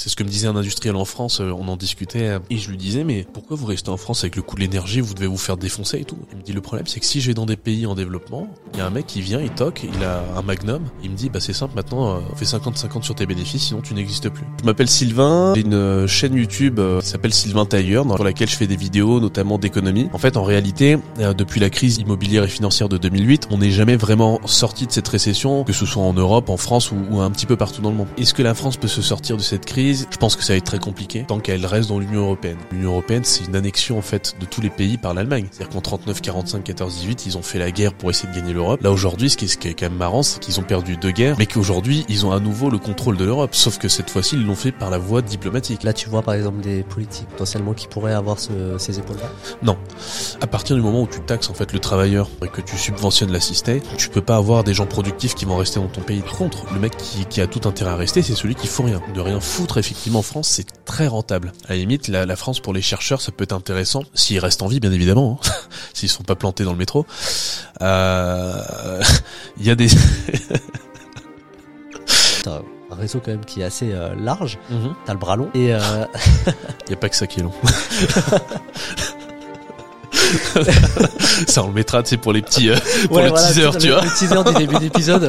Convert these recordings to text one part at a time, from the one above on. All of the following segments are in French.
C'est ce que me disait un industriel en France, on en discutait, et je lui disais, mais pourquoi vous restez en France avec le coût de l'énergie, vous devez vous faire défoncer et tout. Il me dit, le problème c'est que si je vais dans des pays en développement, il y a un mec qui vient, il toque, il a un Magnum, il me dit, bah c'est simple, maintenant, fais 50-50 sur tes bénéfices, sinon tu n'existes plus. Je m'appelle Sylvain, j'ai une chaîne YouTube qui s'appelle Sylvain Tailleur, sur laquelle je fais des vidéos, notamment d'économie. En fait, en réalité, depuis la crise immobilière et financière de 2008, on n'est jamais vraiment sorti de cette récession, que ce soit en Europe, en France ou un petit peu partout dans le monde. Est-ce que la France peut se sortir de cette crise? Je pense que ça va être très compliqué tant qu'elle reste dans l'Union européenne. L'Union européenne, c'est une annexion en fait de tous les pays par l'Allemagne. C'est-à-dire qu'en 39, 45, 14, 18, ils ont fait la guerre pour essayer de gagner l'Europe. Là aujourd'hui, ce qui est quand même marrant, c'est qu'ils ont perdu 2 guerres, mais qu'aujourd'hui, ils ont à nouveau le contrôle de l'Europe. Sauf que cette fois-ci, ils l'ont fait par la voie diplomatique. Là, tu vois par exemple des politiques potentiellement qui pourraient avoir ces épaules-là? Non. À partir du moment où tu taxes en fait le travailleur et que tu subventionnes l'assisté, tu peux pas avoir des gens productifs qui vont rester dans ton pays. Par contre, le mec qui a tout intérêt à rester, c'est celui qui fout rien. De rien foutre, effectivement, en France, c'est très rentable. À la limite, la France pour les chercheurs, ça peut être intéressant s'ils restent en vie, bien évidemment, hein. S'ils sont pas plantés dans le métro. Il y a des T'as un réseau quand même qui est assez large. T'as le bras long et il y a pas que ça qui est long. Ça on le mettra, tu sais, pour les petits pour le voilà, teaser, tu vois. Le teaser du début d'épisode.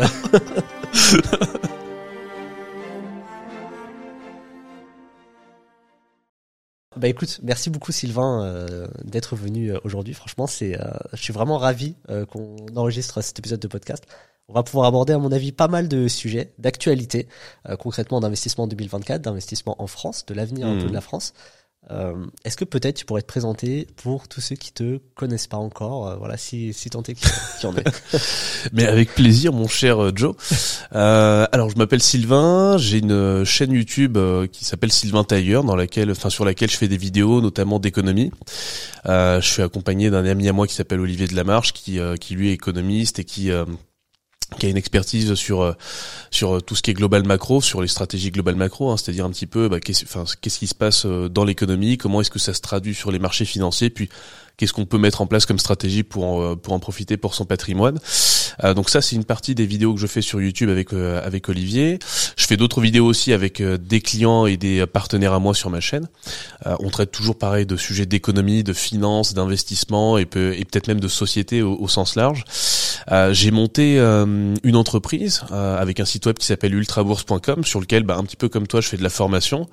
Bah écoute, merci beaucoup Sylvain d'être venu aujourd'hui. Franchement, je suis vraiment ravi qu'on enregistre cet épisode de podcast. On va pouvoir aborder, à mon avis, pas mal de sujets d'actualité, concrètement d'investissement en 2024, d'investissement en France, de l'avenir un peu de la France. Est-ce que peut-être tu pourrais te présenter pour tous ceux qui te connaissent pas encore, voilà, si tant est qu'il y en ait. Mais avec plaisir, mon cher Joe. Alors, je m'appelle Sylvain, j'ai une chaîne YouTube qui s'appelle Sylvain Tailleur, sur laquelle je fais des vidéos, notamment d'économie. Je suis accompagné d'un ami à moi qui s'appelle Olivier Delamarche, qui lui est économiste et qui a une expertise sur tout ce qui est global macro, sur les stratégies global macro, hein, c'est-à-dire un petit peu qu'est-ce qui se passe dans l'économie, comment est-ce que ça se traduit sur les marchés financiers, puis qu'est-ce qu'on peut mettre en place comme stratégie pour en profiter pour son patrimoine. Donc ça, c'est une partie des vidéos que je fais sur YouTube avec Olivier. Je fais d'autres vidéos aussi avec des clients et des partenaires à moi sur ma chaîne. On traite toujours pareil de sujets d'économie, de finance, d'investissement et peut-être même de société au sens large. J'ai monté une entreprise avec un site web qui s'appelle ultrabourse.com sur lequel, un petit peu comme toi, je fais de la formation.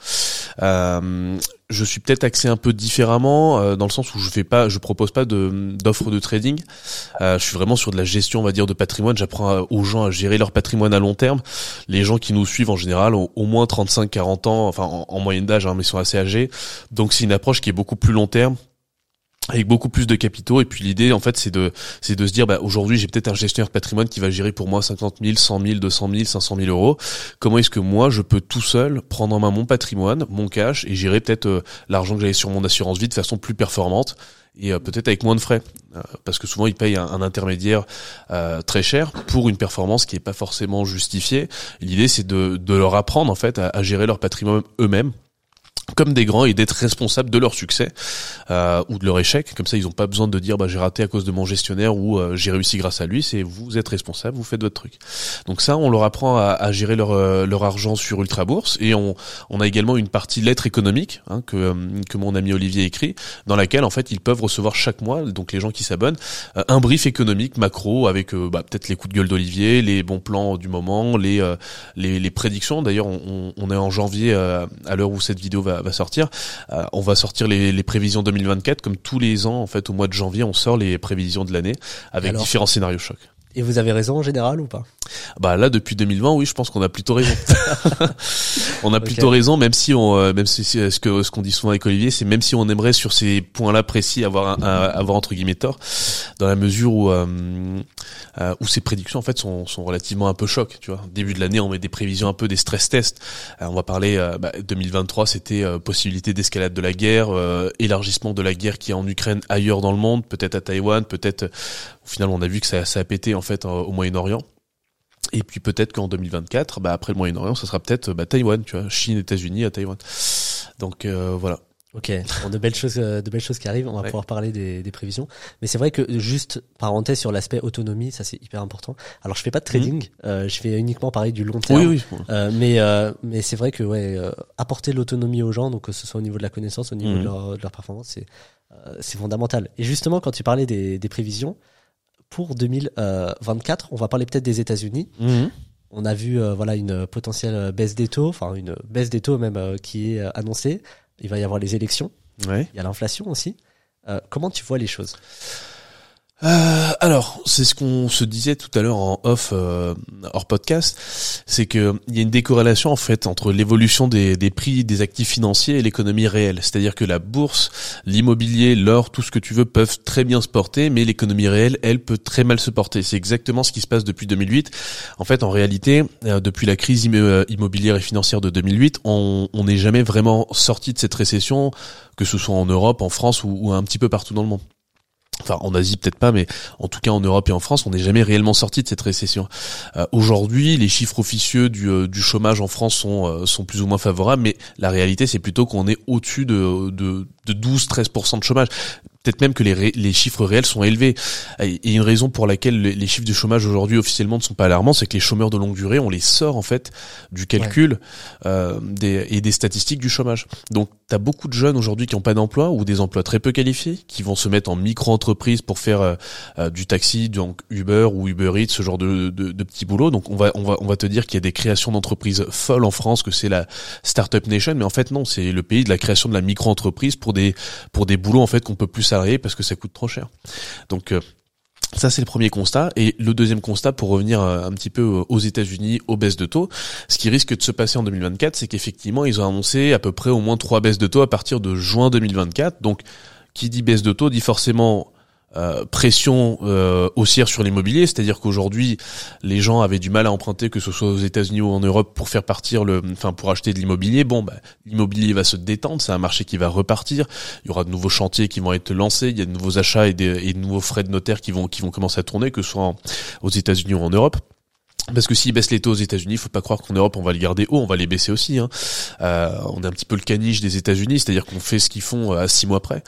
Je suis peut-être axé un peu différemment dans le sens où je propose pas d'offres de trading. Je suis vraiment sur de la gestion, on va dire, de patrimoine. J'apprends aux gens à gérer leur patrimoine à long terme. Les gens qui nous suivent en général ont au moins 35-40 ans, enfin en moyenne d'âge, hein, mais ils sont assez âgés. Donc c'est une approche qui est beaucoup plus long terme, avec beaucoup plus de capitaux. Et puis l'idée, en fait, c'est de se dire, aujourd'hui, j'ai peut-être un gestionnaire de patrimoine qui va gérer pour moi 50 000, 100 000, 200 000, 500 000 euros. Comment est-ce que moi, je peux tout seul prendre en main mon patrimoine, mon cash, et gérer peut-être l'argent que j'avais sur mon assurance vie de façon plus performante et peut-être avec moins de frais, parce que souvent ils payent un intermédiaire très cher pour une performance qui est pas forcément justifiée. Et l'idée, c'est de leur apprendre en fait à gérer leur patrimoine eux-mêmes comme des grands et d'être responsables de leur succès ou de leur échec. Comme ça, ils n'ont pas besoin de dire j'ai raté à cause de mon gestionnaire ou j'ai réussi grâce à lui. C'est vous êtes responsable, vous faites votre truc. Donc ça, on leur apprend à gérer leur argent sur Ultrabourse, et on a également une partie lettres économiques que mon ami Olivier écrit, dans laquelle en fait ils peuvent recevoir chaque mois, donc les gens qui s'abonnent, un brief économique macro avec peut-être les coups de gueule d'Olivier, les bons plans du moment, les prédictions. D'ailleurs, on est en janvier à l'heure où cette vidéo va sortir. On va sortir les prévisions 2024 comme tous les ans en fait. Au mois de janvier, on sort les prévisions de l'année avec différents scénarios chocs. Et vous avez raison en général ou pas? Là, depuis 2020, oui, je pense qu'on a plutôt raison. On a plutôt raison, même si ce qu'on dit souvent avec Olivier, c'est même si on aimerait sur ces points-là précis avoir entre guillemets tort, dans la mesure où ces prédictions en fait sont relativement un peu chocs, tu vois. Début de l'année, on met des prévisions un peu des stress tests. On va parler 2023, c'était possibilité d'escalade de la guerre, élargissement de la guerre qui est en Ukraine ailleurs dans le monde, peut-être à Taïwan, peut-être au final on a vu que ça a pété en fait au Moyen-Orient. Et puis peut-être qu'en 2024, après le Moyen-Orient, ça sera peut-être Taïwan, tu vois, Chine, États-Unis à Taïwan. Donc voilà. Ok, bon, de belles choses qui arrivent. On va pouvoir parler des prévisions. Mais c'est vrai que juste parenthèse sur l'aspect autonomie, ça c'est hyper important. Alors je fais pas de trading, je fais uniquement pareil du long terme. Oui. Mais c'est vrai que apporter l'autonomie aux gens, donc que ce soit au niveau de la connaissance, au niveau de leur performance, c'est fondamental. Et justement, quand tu parlais des prévisions pour 2024, on va parler peut-être des États-Unis. On a vu une potentielle baisse des taux, enfin une baisse des taux même qui est annoncée. Il va y avoir les élections. Il y a l'inflation aussi. Comment tu vois les choses? Alors, c'est ce qu'on se disait tout à l'heure en off, hors podcast, c'est que il y a une décorrélation en fait entre l'évolution des prix des actifs financiers et l'économie réelle. C'est-à-dire que la bourse, l'immobilier, l'or, tout ce que tu veux peuvent très bien se porter, mais l'économie réelle, elle, peut très mal se porter. C'est exactement ce qui se passe depuis 2008. En fait, en réalité, depuis la crise immobilière et financière de 2008, on n'est jamais vraiment sorti de cette récession, que ce soit en Europe, en France ou un petit peu partout dans le monde. Enfin, en Asie peut-être pas, mais en tout cas en Europe et en France, on n'est jamais réellement sorti de cette récession. Aujourd'hui, les chiffres officieux du chômage en France sont plus ou moins favorables, mais la réalité, c'est plutôt qu'on est au-dessus de 12-13% de chômage. Peut-être même que les chiffres réels sont élevés. Et une raison pour laquelle les chiffres du chômage aujourd'hui officiellement ne sont pas alarmants, c'est que les chômeurs de longue durée, on les sort en fait du calcul et des statistiques du chômage. Donc t'as beaucoup de jeunes aujourd'hui qui n'ont pas d'emploi ou des emplois très peu qualifiés, qui vont se mettre en micro-entreprise pour faire du taxi, donc Uber ou Uber Eats, ce genre de petits boulots. Donc on va te dire qu'il y a des créations d'entreprises folles en France, que c'est la Startup Nation, mais en fait non, c'est le pays de la création de la micro-entreprise pour des boulots en fait qu'on peut plus salariés parce que ça coûte trop cher. Donc ça c'est le premier constat. Et le deuxième constat, pour revenir un petit peu aux États-Unis, aux baisses de taux, ce qui risque de se passer en 2024, c'est qu'effectivement ils ont annoncé à peu près au moins 3 baisses de taux à partir de juin 2024. Donc qui dit baisse de taux dit forcément pression haussière sur l'immobilier, c'est-à-dire qu'aujourd'hui les gens avaient du mal à emprunter, que ce soit aux États-Unis ou en Europe, pour faire partir pour acheter de l'immobilier. L'immobilier va se détendre, c'est un marché qui va repartir, il y aura de nouveaux chantiers qui vont être lancés, il y a de nouveaux achats et de nouveaux frais de notaire qui vont commencer à tourner, que ce soit aux États-Unis ou en Europe. Parce que s'ils baissent les taux aux États-Unis, faut pas croire qu'en Europe on va les garder haut, on va les baisser aussi. On est un petit peu le caniche des États-Unis, c'est-à-dire qu'on fait ce qu'ils font à 6 mois près.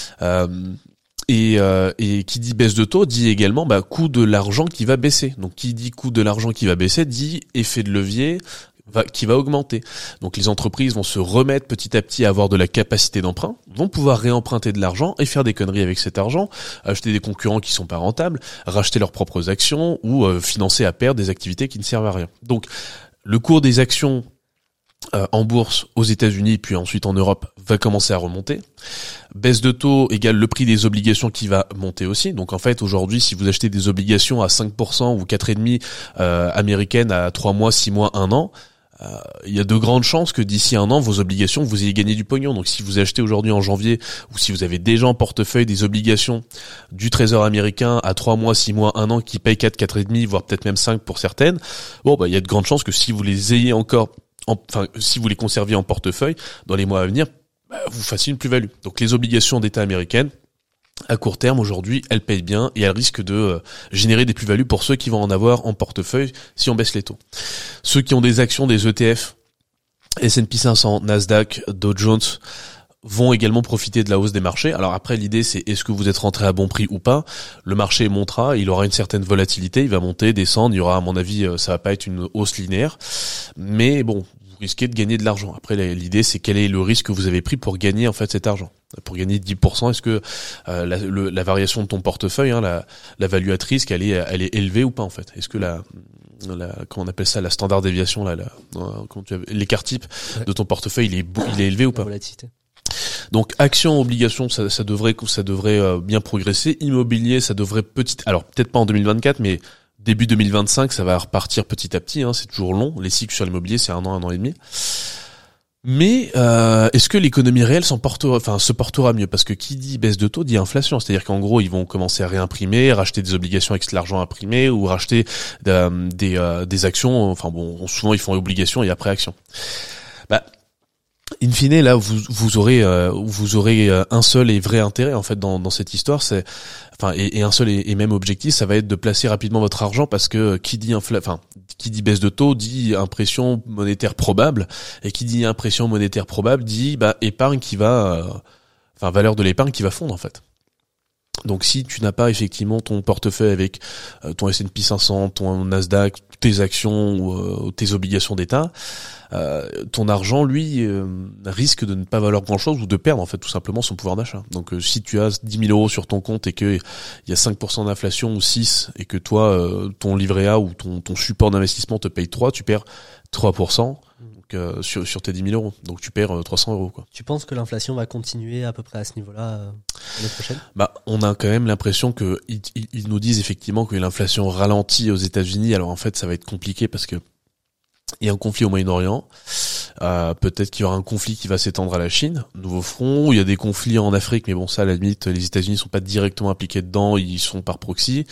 Et qui dit baisse de taux dit également coût de l'argent qui va baisser. Donc qui dit coût de l'argent qui va baisser dit effet de levier qui va augmenter. Donc les entreprises vont se remettre petit à petit à avoir de la capacité d'emprunt, vont pouvoir réemprunter de l'argent et faire des conneries avec cet argent, acheter des concurrents qui sont pas rentables, racheter leurs propres actions ou financer à perte des activités qui ne servent à rien. Donc le cours des actions en bourse aux États-Unis puis ensuite en Europe va commencer à remonter. Baisse de taux égale le prix des obligations qui va monter aussi. Donc en fait aujourd'hui, si vous achetez des obligations à 5% ou 4,5% américaines à 3 mois, 6 mois, 1 an, il y a de grandes chances que d'ici 1 an, vos obligations, vous ayez gagné du pognon. Donc si vous achetez aujourd'hui en janvier, ou si vous avez déjà en portefeuille des obligations du Trésor américain à 3 mois, 6 mois, 1 an, qui payent 4, 4,5, voire peut-être même 5 pour certaines, il y a de grandes chances que si vous les ayez encore, si vous les conserviez en portefeuille, dans les mois à venir, vous fassiez une plus-value. Donc les obligations d'État américaines, à court terme, aujourd'hui, elles payent bien et elles risquent de générer des plus-values pour ceux qui vont en avoir en portefeuille si on baisse les taux. Ceux qui ont des actions, des ETF, S&P 500, Nasdaq, Dow Jones, vont également profiter de la hausse des marchés. Alors après, l'idée, c'est est-ce que vous êtes rentré à bon prix ou pas? Le marché montera, il aura une certaine volatilité, il va monter, descendre, il y aura, à mon avis, ça va pas être une hausse linéaire. Mais bon, vous risquez de gagner de l'argent. Après, l'idée, c'est quel est le risque que vous avez pris pour gagner, en fait, cet argent. Pour gagner 10%, est-ce que la variation de ton portefeuille, la value at risk, elle est élevée ou pas, en fait? Est-ce que comment on appelle ça, la standard déviation, l'écart type de ton portefeuille, il est élevé ou pas? Volatilité. Donc actions, obligations, ça devrait bien progresser. Immobilier, ça devrait alors peut-être pas en 2024, mais début 2025, ça va repartir petit à petit. C'est toujours long. Les cycles sur l'immobilier, c'est 1 an et demi. Mais est-ce que l'économie réelle se portera mieux? Parce que qui dit baisse de taux dit inflation. C'est-à-dire qu'en gros, ils vont commencer à réimprimer, racheter des obligations avec l'argent imprimé ou racheter des actions. Souvent ils font obligations et après actions. in fine, là, vous aurez un seul et vrai intérêt en fait dans cette histoire, et un seul et même objectif, ça va être de placer rapidement votre argent, parce que qui dit baisse de taux dit impression monétaire probable, et qui dit impression monétaire probable dit épargne qui va, valeur de l'épargne qui va fondre en fait. Donc si tu n'as pas effectivement ton portefeuille avec ton S&P 500, ton Nasdaq, tes actions ou tes obligations d'État, ton argent, lui, risque de ne pas valoir grand-chose, ou de perdre en fait tout simplement son pouvoir d'achat. Donc si tu as 10 000 euros sur ton compte et que il y a 5% d'inflation ou 6, et que toi, ton livret A ou ton support d'investissement te paye 3, tu perds 3%. Sur tes 10 000 euros. Donc tu perds 300 euros, quoi. Tu penses que l'inflation va continuer à peu près à ce niveau-là l'année prochaine? On a quand même l'impression que ils nous disent effectivement que l'inflation ralentit aux États-Unis. Alors en fait, ça va être compliqué parce que il y a un conflit au Moyen-Orient. Peut-être qu'il y aura un conflit qui va s'étendre à la Chine, nouveau front. Il y a des conflits en Afrique, mais bon, ça, à la limite, les États-Unis sont pas directement impliqués dedans, ils sont par proxy.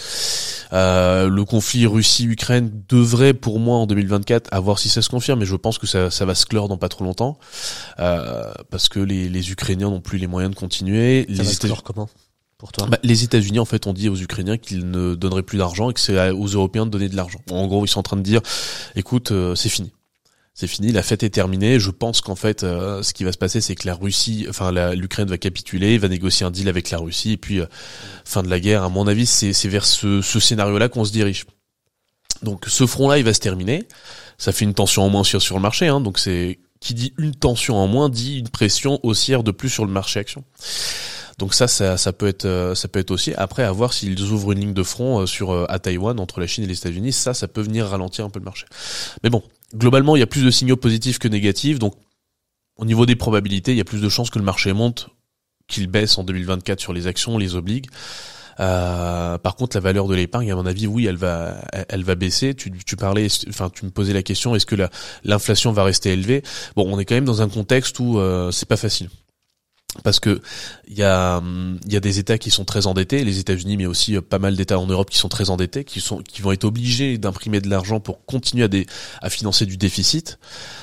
Le conflit Russie-Ukraine devrait, pour moi, en 2024, à voir si ça se confirme, mais je pense que ça va se clore dans pas trop longtemps, parce que les Ukrainiens n'ont plus les moyens de continuer. Ça va se clore comment, pour toi? Les États-Unis, en fait, ont dit aux Ukrainiens qu'ils ne donneraient plus d'argent et que c'est aux Européens de donner de l'argent. En gros, ils sont en train de dire, écoute, c'est fini. C'est fini, la fête est terminée. Je pense qu'en fait, ce qui va se passer, c'est que l'Ukraine va capituler, va négocier un deal avec la Russie, et puis fin de la guerre. À mon avis, c'est vers ce scénario-là qu'on se dirige. Donc, ce front-là, il va se terminer. Ça fait une tension en moins sur le marché, hein. Donc, qui dit une tension en moins dit une pression haussière de plus sur le marché action. Donc ça peut être aussi, après, à voir s'ils ouvrent une ligne de front à Taïwan, entre la Chine et les États-Unis, ça peut venir ralentir un peu le marché. Mais bon, globalement, il y a plus de signaux positifs que négatifs, donc au niveau des probabilités, il y a plus de chances que le marché monte qu'il baisse en 2024 sur les actions, les obligues. Par contre, la valeur de l'épargne, à mon avis, oui, elle va baisser. Tu me posais la question, est-ce que l'inflation va rester élevée? Bon, on est quand même dans un contexte où c'est pas facile. Parce que il y a des États qui sont très endettés, les États-Unis, mais aussi pas mal d'États en Europe qui sont très endettés, qui vont être obligés d'imprimer de l'argent pour continuer à financer du déficit.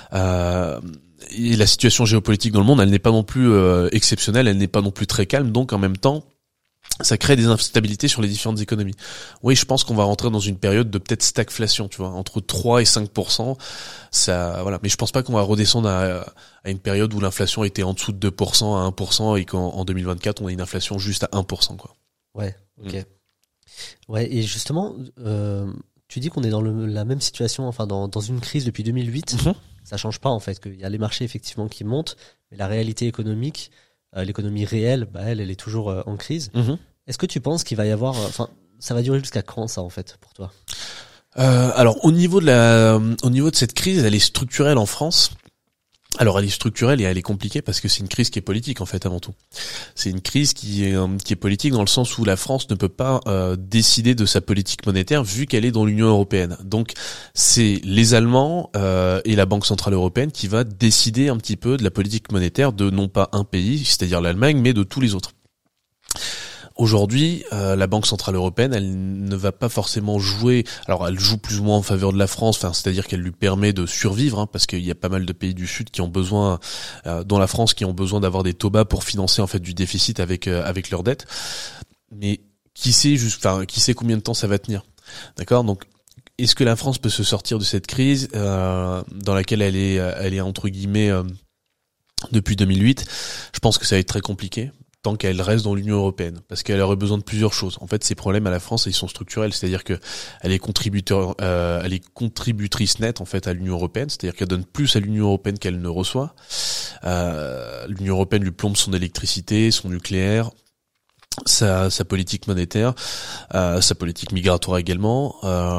Et la situation géopolitique dans le monde, elle n'est pas non plus exceptionnelle, elle n'est pas non plus très calme, donc en même temps, ça crée des instabilités sur les différentes économies. Oui, je pense qu'on va rentrer dans une période de peut-être stagflation, tu vois, entre 3 et 5%. Ça, voilà. Mais je pense pas qu'on va redescendre à une période où l'inflation était en dessous de 2% à 1% et qu'en 2024, on a une inflation juste à 1%, quoi. Ouais, ok. Ouais, et justement, tu dis qu'on est dans la même situation, enfin, dans une crise depuis 2008. Ça change pas, en fait, qu'il y a les marchés, effectivement, qui montent, mais la réalité économique, l'économie réelle, elle est toujours en crise. Est-ce que tu penses qu'il va y avoir, ça va durer jusqu'à quand, ça, en fait, pour toi? Alors, au niveau de cette crise, elle est structurelle en France. Alors, elle est structurelle et elle est compliquée parce que c'est une crise qui est politique, en fait, avant tout. C'est une crise qui est politique dans le sens où la France ne peut pas décider de sa politique monétaire vu qu'elle est dans l'Union européenne. Donc, c'est les Allemands et la Banque centrale européenne qui va décider un petit peu de la politique monétaire de non pas un pays, c'est-à-dire l'Allemagne, mais de tous les autres. Aujourd'hui, la Banque centrale européenne, elle ne va pas forcément jouer. Alors, elle joue plus ou moins en faveur de la France, c'est-à-dire qu'elle lui permet de survivre, parce qu'il y a pas mal de pays du Sud qui ont besoin, dont la France, qui ont besoin d'avoir des taux bas pour financer en fait du déficit avec leurs dettes. Mais qui sait combien de temps ça va tenir, d'accord? Donc, est-ce que la France peut se sortir de cette crise dans laquelle elle est entre guillemets depuis 2008? Je pense que ça va être très compliqué tant qu'elle reste dans l'Union européenne, parce qu'elle aurait besoin de plusieurs choses. En fait, ces problèmes à la France, ils sont structurels, c'est-à-dire que elle est contributrice nette en fait à l'Union européenne, c'est-à-dire qu'elle donne plus à l'Union européenne qu'elle ne reçoit. L'Union européenne lui plombe son électricité, son nucléaire, sa politique monétaire, sa politique migratoire également,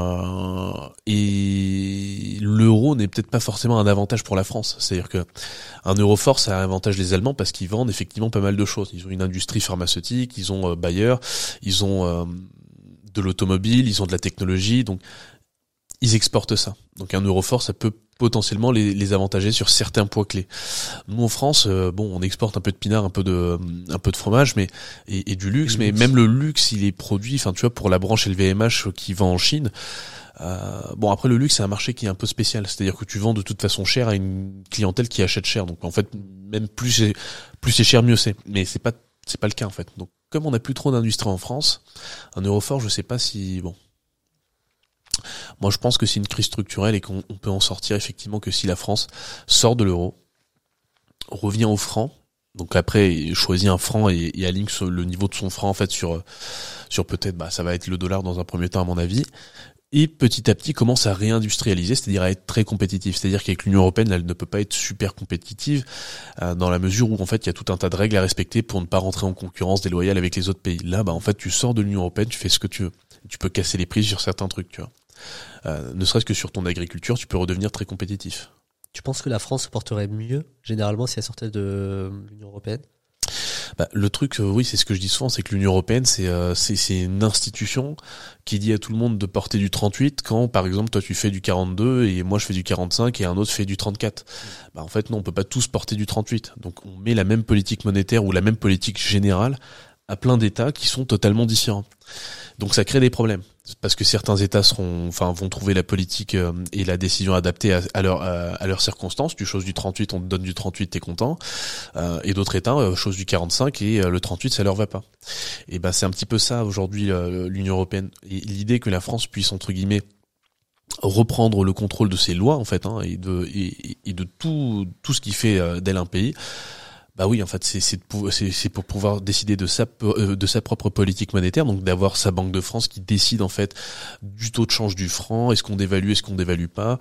et l'euro n'est peut-être pas forcément un avantage pour la France. C'est-à-dire que un euro fort, ça avantage les Allemands parce qu'ils vendent effectivement pas mal de choses. Ils ont une industrie pharmaceutique, ils ont Bayer, ils ont de l'automobile, ils ont de la technologie, donc ils exportent ça. Donc un euro fort, ça peut potentiellement les avantager sur certains points clés. Nous en France, on exporte un peu de pinard, un peu de fromage, mais et du luxe, mais même le luxe, il est produit, tu vois, pour la branche LVMH qui vend en Chine. Après le luxe, c'est un marché qui est un peu spécial, c'est-à-dire que tu vends de toute façon cher à une clientèle qui achète cher. Donc en fait, même plus c'est cher, mieux c'est. Mais c'est pas le cas en fait. Donc comme on n'a plus trop d'industrie en France, un euro fort, je sais pas si bon. Moi, je pense que c'est une crise structurelle et qu'on peut en sortir effectivement que si la France sort de l'euro, revient au franc. Donc après, choisit un franc et aligne le niveau de son franc en fait sur peut-être ça va être le dollar dans un premier temps à mon avis. Et petit à petit commence à réindustrialiser, c'est-à-dire à être très compétitif. C'est-à-dire qu'avec l'Union européenne, elle ne peut pas être super compétitive dans la mesure où en fait il y a tout un tas de règles à respecter pour ne pas rentrer en concurrence déloyale avec les autres pays. Là, en fait, tu sors de l'Union européenne, tu fais ce que tu veux. Tu peux casser les prix sur certains trucs, tu vois. Ne serait-ce que sur ton agriculture, tu peux redevenir très compétitif. Tu penses que la France se porterait mieux, généralement, si elle sortait de l'Union européenne ? Le truc, oui, c'est ce que je dis souvent, c'est que l'Union européenne, c'est une institution qui dit à tout le monde de porter du 38 quand, par exemple, toi tu fais du 42 et moi je fais du 45 et un autre fait du 34. En fait, non, on peut pas tous porter du 38. Donc on met la même politique monétaire ou la même politique générale à plein d'États qui sont totalement différents. Donc ça crée des problèmes parce que certains États vont trouver la politique et la décision adaptée à leurs circonstances. Tu choses du 38, on te donne du 38, t'es content. Et d'autres États chose du 45 et le 38 ça leur va pas. Et c'est un petit peu ça aujourd'hui l'Union européenne. Et l'idée que la France puisse entre guillemets reprendre le contrôle de ses lois en fait et de tout ce qui fait d'elle un pays. Oui, en fait, c'est pour pouvoir décider de sa propre politique monétaire, donc d'avoir sa Banque de France qui décide en fait du taux de change du franc, est-ce qu'on dévalue, est-ce qu'on dévalue pas.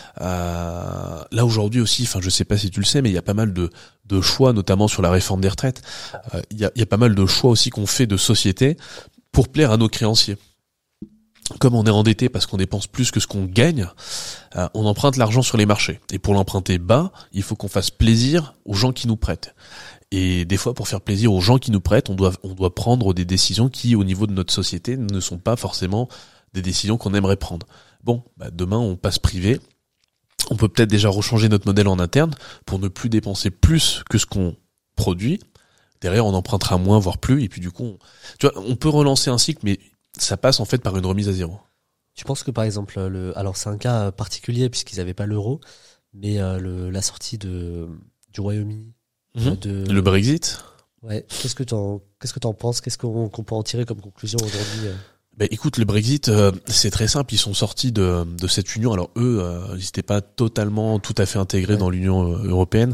Là aujourd'hui aussi, je sais pas si tu le sais, mais il y a pas mal de choix, notamment sur la réforme des retraites. Il y a pas mal de choix aussi qu'on fait de société pour plaire à nos créanciers. Comme on est endetté parce qu'on dépense plus que ce qu'on gagne, on emprunte l'argent sur les marchés. Et pour l'emprunter bas, il faut qu'on fasse plaisir aux gens qui nous prêtent. Et des fois, pour faire plaisir aux gens qui nous prêtent, on doit prendre des décisions qui, au niveau de notre société, ne sont pas forcément des décisions qu'on aimerait prendre. Demain, on passe privé. On peut peut-être déjà rechanger notre modèle en interne pour ne plus dépenser plus que ce qu'on produit. Derrière, on empruntera moins, voire plus. Et puis du coup, on peut relancer un cycle, mais ça passe en fait par une remise à zéro. Tu penses que par exemple, alors c'est un cas particulier puisqu'ils n'avaient pas l'euro, mais la sortie du Royaume-Uni, le Brexit. Ouais. Qu'est-ce que t'en penses ? Qu'est-ce qu'on peut en tirer comme conclusion aujourd'hui ? Écoute, le Brexit, c'est très simple. Ils sont sortis de cette union. Alors eux, ils n'étaient pas totalement, tout à fait intégrés dans l'Union européenne.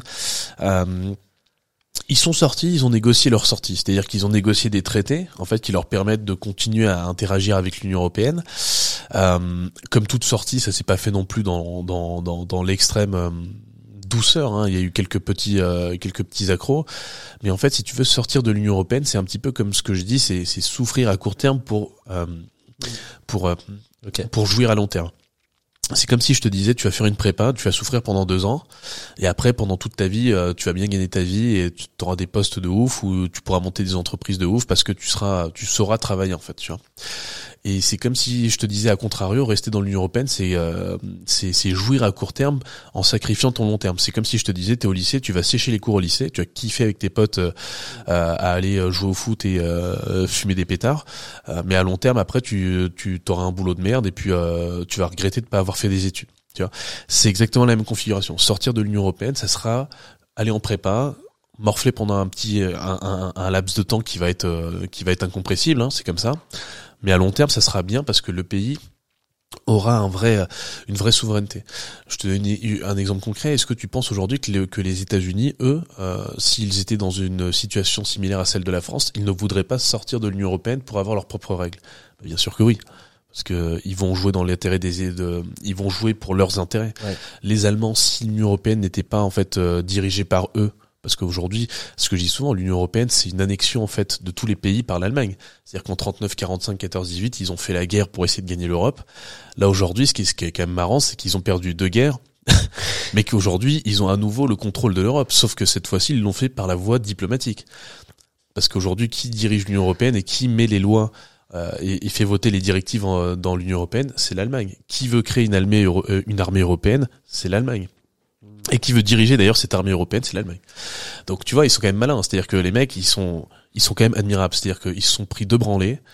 Ils sont sortis, ils ont négocié leur sortie, c'est-à-dire qu'ils ont négocié des traités, en fait, qui leur permettent de continuer à interagir avec l'Union européenne. Comme toute sortie, ça s'est pas fait non plus dans l'extrême douceur. Il y a eu quelques petits accros, mais en fait, si tu veux sortir de l'Union européenne, c'est un petit peu comme ce que je dis, c'est souffrir à court terme pour jouir à long terme. C'est comme si je te disais, tu vas faire une prépa, tu vas souffrir pendant 2 ans, et après, pendant toute ta vie, tu vas bien gagner ta vie et tu auras des postes de ouf ou tu pourras monter des entreprises de ouf parce que tu sauras travailler, en fait, tu vois. Et c'est comme si je te disais, à contrario, rester dans l'Union européenne, c'est jouir à court terme en sacrifiant ton long terme. C'est comme si je te disais, t'es au lycée, tu vas sécher les cours au lycée, tu vas kiffer avec tes potes à aller jouer au foot et fumer des pétards, mais à long terme, après, tu t'auras un boulot de merde et puis tu vas regretter de pas avoir fait des études. Tu vois, c'est exactement la même configuration. Sortir de l'Union européenne, ça sera aller en prépa, morfler pendant un laps de temps qui va être incompressible, c'est comme ça. Mais à long terme, ça sera bien parce que le pays aura une vraie souveraineté. Je te donne un exemple concret. Est-ce que tu penses aujourd'hui que les États-Unis, eux, s'ils étaient dans une situation similaire à celle de la France, ils ne voudraient pas sortir de l'Union européenne pour avoir leurs propres règles ? Bien sûr que oui. Parce que ils vont jouer dans l'intérêt ils vont jouer pour leurs intérêts. Ouais. Les Allemands, si l'Union européenne n'était pas en fait dirigée par eux, parce qu'aujourd'hui, ce que je dis souvent, l'Union européenne, c'est une annexion en fait de tous les pays par l'Allemagne. C'est-à-dire qu'en 39, 45, 14, 18, ils ont fait la guerre pour essayer de gagner l'Europe. Là aujourd'hui, ce qui est quand même marrant, c'est qu'ils ont perdu 2 guerres, mais qu'aujourd'hui, ils ont à nouveau le contrôle de l'Europe. Sauf que cette fois-ci, ils l'ont fait par la voie diplomatique. Parce qu'aujourd'hui, qui dirige l'Union européenne et qui met les lois et fait voter les directives dans l'Union européenne, c'est l'Allemagne. Qui veut créer une armée européenne, c'est l'Allemagne. Et qui veut diriger d'ailleurs cette armée européenne, c'est l'Allemagne. Donc tu vois, ils sont quand même malins. C'est-à-dire que les mecs, ils sont quand même admirables. C'est-à-dire qu'ils se sont pris 2 branlées.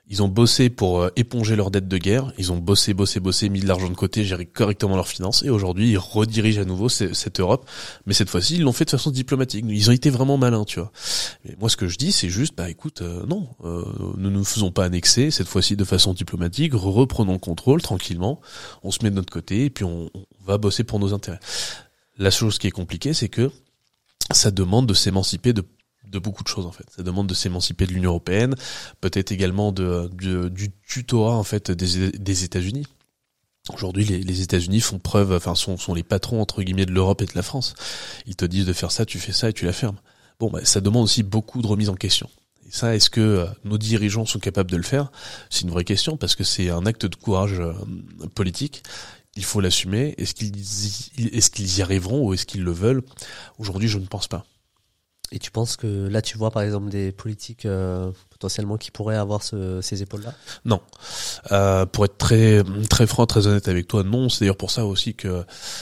Ils ont bossé pour éponger leurs dettes de guerre. Ils ont bossé, mis de l'argent de côté, géré correctement leurs finances. Et aujourd'hui, ils redirigent à nouveau cette Europe. Mais cette fois-ci, ils l'ont fait de façon diplomatique. Ils ont été vraiment malins, tu vois. Mais moi, ce que je dis, c'est juste, écoute, non, nous ne nous faisons pas annexer. Cette fois-ci, de façon diplomatique, reprenons le contrôle tranquillement. On se met de notre côté et puis on va bosser pour nos intérêts. La chose qui est compliquée, c'est que ça demande de s'émanciper de beaucoup de choses en fait. Ça demande de s'émanciper de l'Union européenne, peut-être également du tutorat en fait des États-Unis. Aujourd'hui, les États-Unis font preuve, sont les patrons entre guillemets de l'Europe et de la France. Ils te disent de faire ça, tu fais ça et tu la fermes. Bon, ça demande aussi beaucoup de remise en question. Et ça, est-ce que nos dirigeants sont capables de le faire ? C'est une vraie question parce que c'est un acte de courage politique. Il faut l'assumer. Est-ce qu'ils y arriveront ou est-ce qu'ils le veulent ? Aujourd'hui, je ne pense pas. Et tu penses que là, tu vois par exemple des politiques potentiellement qui pourraient avoir ces épaules-là ? Non. Pour être très très franc, très honnête avec toi, non. C'est d'ailleurs pour ça aussi que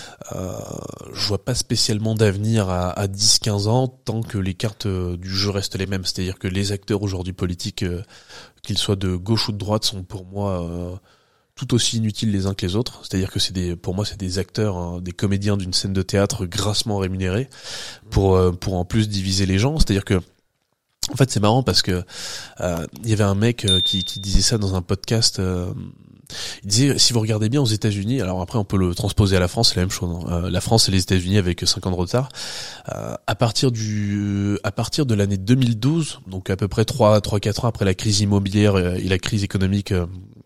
je vois pas spécialement d'avenir à 10-15 ans tant que les cartes du jeu restent les mêmes. C'est-à-dire que les acteurs aujourd'hui politiques, qu'ils soient de gauche ou de droite, sont pour moi tout aussi inutiles les uns que les autres. C'est-à-dire que pour moi, c'est des acteurs, des comédiens d'une scène de théâtre grassement rémunérés pour en plus diviser les gens. C'est-à-dire que, en fait, c'est marrant parce que il y avait un mec qui disait ça dans un podcast. Il disait, si vous regardez bien aux États-Unis, alors après on peut le transposer à la France, c'est la même chose. Hein. La France et les États-Unis avec 5 ans de retard. À partir de l'année 2012, donc à peu près 3-4 ans après la crise immobilière et la crise économique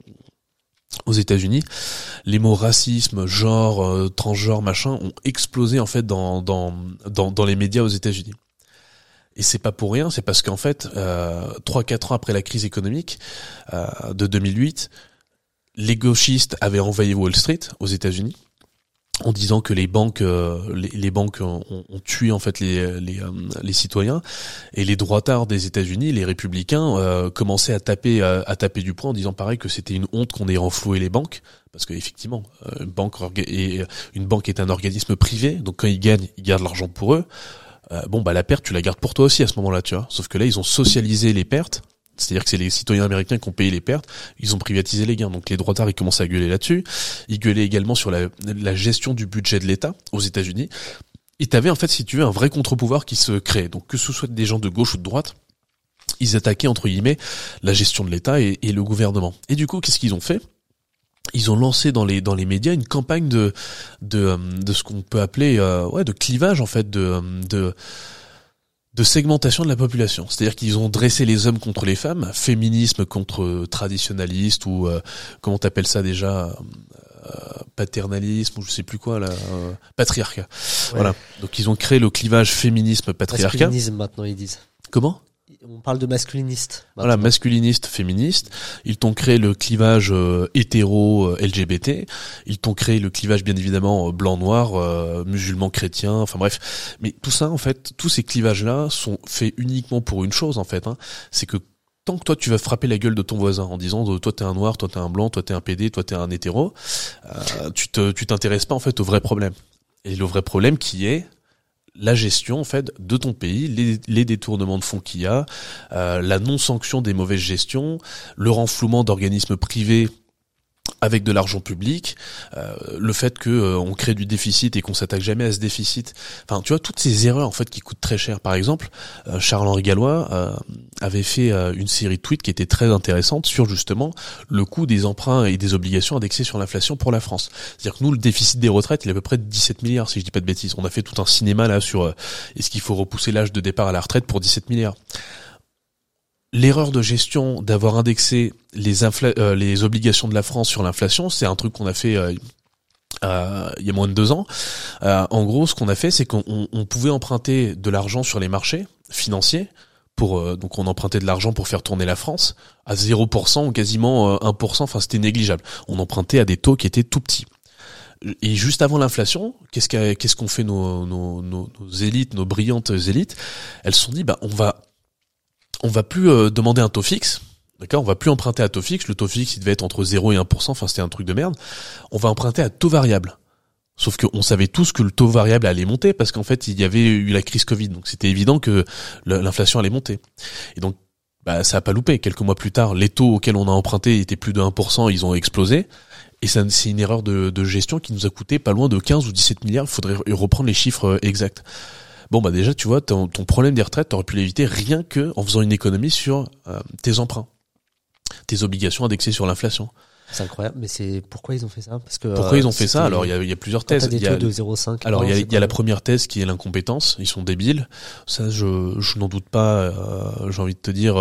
aux États-Unis, les mots racisme, genre, transgenre, machin ont explosé en fait dans les médias aux États-Unis. Et c'est pas pour rien, c'est parce qu'en fait, 3-4 ans après la crise économique de 2008, les gauchistes avaient envahi Wall Street aux États-Unis en disant que les banques ont tué en fait les citoyens, et les droitards des États-Unis, les républicains, commençaient à taper du poing en disant pareil que c'était une honte qu'on ait renfloué les banques, parce que effectivement une banque est un organisme privé, donc quand ils gagnent, ils gardent l'argent pour eux. La perte tu la gardes pour toi aussi à ce moment-là, tu vois. Sauf que là ils ont socialisé les pertes. C'est-à-dire que c'est les citoyens américains qui ont payé les pertes, ils ont privatisé les gains. Donc les droitards, ils commencent à gueuler là-dessus. Ils gueulaient également sur la gestion du budget de l'État aux États-Unis. Et t'avais en fait, si tu veux, un vrai contre-pouvoir qui se crée. Donc que ce soit des gens de gauche ou de droite, ils attaquaient entre guillemets la gestion de l'État et le gouvernement. Et du coup, qu'est-ce qu'ils ont fait ? Ils ont lancé dans les médias une campagne de ce qu'on peut appeler de clivage en fait, de segmentation de la population. C'est-à-dire qu'ils ont dressé les hommes contre les femmes, féminisme contre traditionnaliste ou comment t'appelles ça déjà, paternalisme ou je sais plus quoi là, patriarcat. Ouais. Voilà. Donc ils ont créé le clivage féminisme-patriarcat. Masculinisme maintenant ils disent. Comment ? On parle de masculiniste. Maintenant. Voilà, masculiniste, féministe. Ils t'ont créé le clivage hétéro LGBT. Ils t'ont créé le clivage bien évidemment blanc-noir, musulman, chrétien. Enfin bref. Mais tout ça, en fait, tous ces clivages-là sont faits uniquement pour une chose, en fait. Hein. C'est que tant que toi tu vas frapper la gueule de ton voisin en disant toi t'es un noir, toi t'es un blanc, toi t'es un PD, toi t'es un hétéro, tu t'intéresses pas en fait au vrai problème. Et le vrai problème qui est la gestion en fait de ton pays, les détournements de fonds qu'il y a, la non-sanction des mauvaises gestions, le renflouement d'organismes privés avec de l'argent public, le fait que on crée du déficit et qu'on s'attaque jamais à ce déficit. Enfin, tu vois, toutes ces erreurs en fait qui coûtent très cher. Par exemple, Charles-Henri Gallois avait fait une série de tweets qui était très intéressante sur justement le coût des emprunts et des obligations indexées sur l'inflation pour la France. C'est-à-dire que nous, le déficit des retraites, il est à peu près de 17 milliards, si je dis pas de bêtises. On a fait tout un cinéma là sur est-ce qu'il faut repousser l'âge de départ à la retraite pour 17 milliards. L'erreur de gestion d'avoir indexé les obligations de la France sur l'inflation, c'est un truc qu'on a fait il y a moins de 2 ans. En gros, ce qu'on a fait, c'est qu'on pouvait emprunter de l'argent sur les marchés financiers. Donc on empruntait de l'argent pour faire tourner la France à 0% ou quasiment 1%. Enfin, c'était négligeable. On empruntait à des taux qui étaient tout petits. Et juste avant l'inflation, qu'est-ce qu'ont fait nos élites, nos brillantes élites ? Elles se sont dit, on va plus demander un taux fixe, d'accord ? On va plus emprunter à taux fixe. Le taux fixe, il devait être entre 0 et 1%. Enfin, c'était un truc de merde. On va emprunter à taux variable. Sauf qu'on savait tous que le taux variable allait monter parce qu'en fait, il y avait eu la crise Covid. Donc, c'était évident que l'inflation allait monter. Et donc, bah ça a pas loupé. Quelques mois plus tard, les taux auxquels on a emprunté étaient plus de 1%, ils ont explosé. Et ça, c'est une erreur de gestion qui nous a coûté pas loin de 15 ou 17 milliards. Il faudrait reprendre les chiffres exacts. Bon, bah déjà, tu vois, ton problème des retraites, t'aurais pu l'éviter rien que en faisant une économie sur tes emprunts, tes obligations indexées sur l'inflation. C'est incroyable, mais c'est pourquoi ils ont fait ça? Parce que pourquoi ils ont fait ça? Alors il y a plusieurs thèses. T'as des taux de 0,5. Alors il y a la première thèse qui est l'incompétence. Ils sont débiles. Ça, je n'en doute pas. J'ai envie de te dire.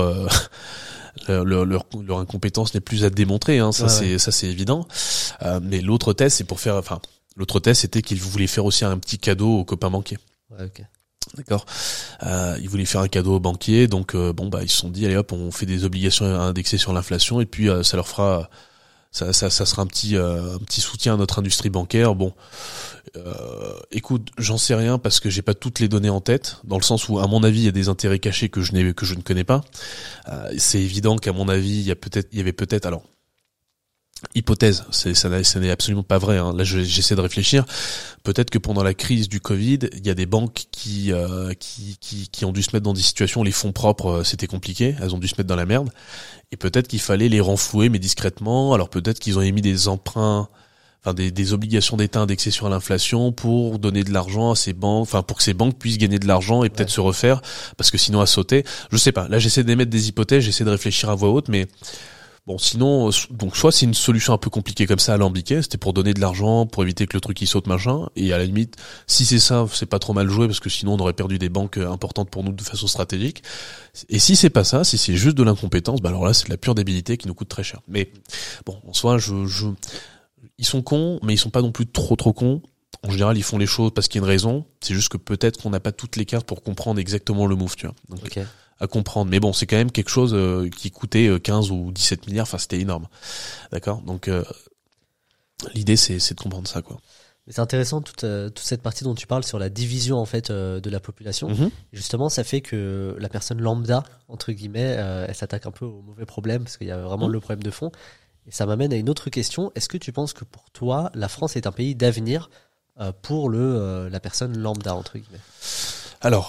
Leur incompétence n'est plus à démontrer, hein, ça c'est évident. Mais l'autre thèse c'était qu'ils voulaient faire aussi un petit cadeau aux copains banquiers. Ouais, ok. D'accord. Ils voulaient faire un cadeau aux banquiers, donc ils se sont dit allez hop, on fait des obligations indexées sur l'inflation et puis ça leur fera ça sera un petit soutien à notre industrie bancaire. Bon, écoute, j'en sais rien parce que j'ai pas toutes les données en tête, dans le sens où à mon avis il y a des intérêts cachés que je ne connais pas. C'est évident qu'à mon avis il y avait peut-être alors hypothèse, ça n'est absolument pas vrai, hein. Là j'essaie de réfléchir. Peut-être que pendant la crise du Covid, il y a des banques qui ont dû se mettre dans des situations où les fonds propres c'était compliqué, elles ont dû se mettre dans la merde. Et peut-être qu'il fallait les renflouer, mais discrètement. Alors peut-être qu'ils ont émis des emprunts, des obligations d'État indexées sur l'inflation pour donner de l'argent à ces banques, pour que ces banques puissent gagner de l'argent et peut-être se refaire, parce que sinon à sauter. Je sais pas. Là j'essaie d'émettre des hypothèses, j'essaie de réfléchir à voix haute, mais bon, sinon, donc soit c'est une solution un peu compliquée comme ça, alambiquée, c'était pour donner de l'argent, pour éviter que le truc il saute machin, et à la limite, si c'est ça, c'est pas trop mal joué parce que sinon on aurait perdu des banques importantes pour nous de façon stratégique. Et si c'est pas ça, si c'est juste de l'incompétence, bah alors là c'est de la pure débilité qui nous coûte très cher. Mais bon, en soi, ils sont cons, mais ils sont pas non plus trop cons. En général, ils font les choses parce qu'il y a une raison. C'est juste que peut-être qu'on n'a pas toutes les cartes pour comprendre exactement le move, tu vois. Donc, okay. À comprendre. Mais bon, c'est quand même quelque chose qui coûtait 15 ou 17 milliards. Enfin, c'était énorme. D'accord. Donc, l'idée, c'est de comprendre ça, quoi. Mais c'est intéressant toute cette partie dont tu parles sur la division en fait de la population. Mm-hmm. Justement, ça fait que la personne lambda entre guillemets, elle s'attaque un peu au mauvais problème parce qu'il y a vraiment le problème de fond. Et ça m'amène à une autre question. Est-ce que tu penses que pour toi, la France est un pays d'avenir pour la personne lambda entre guillemets? Alors,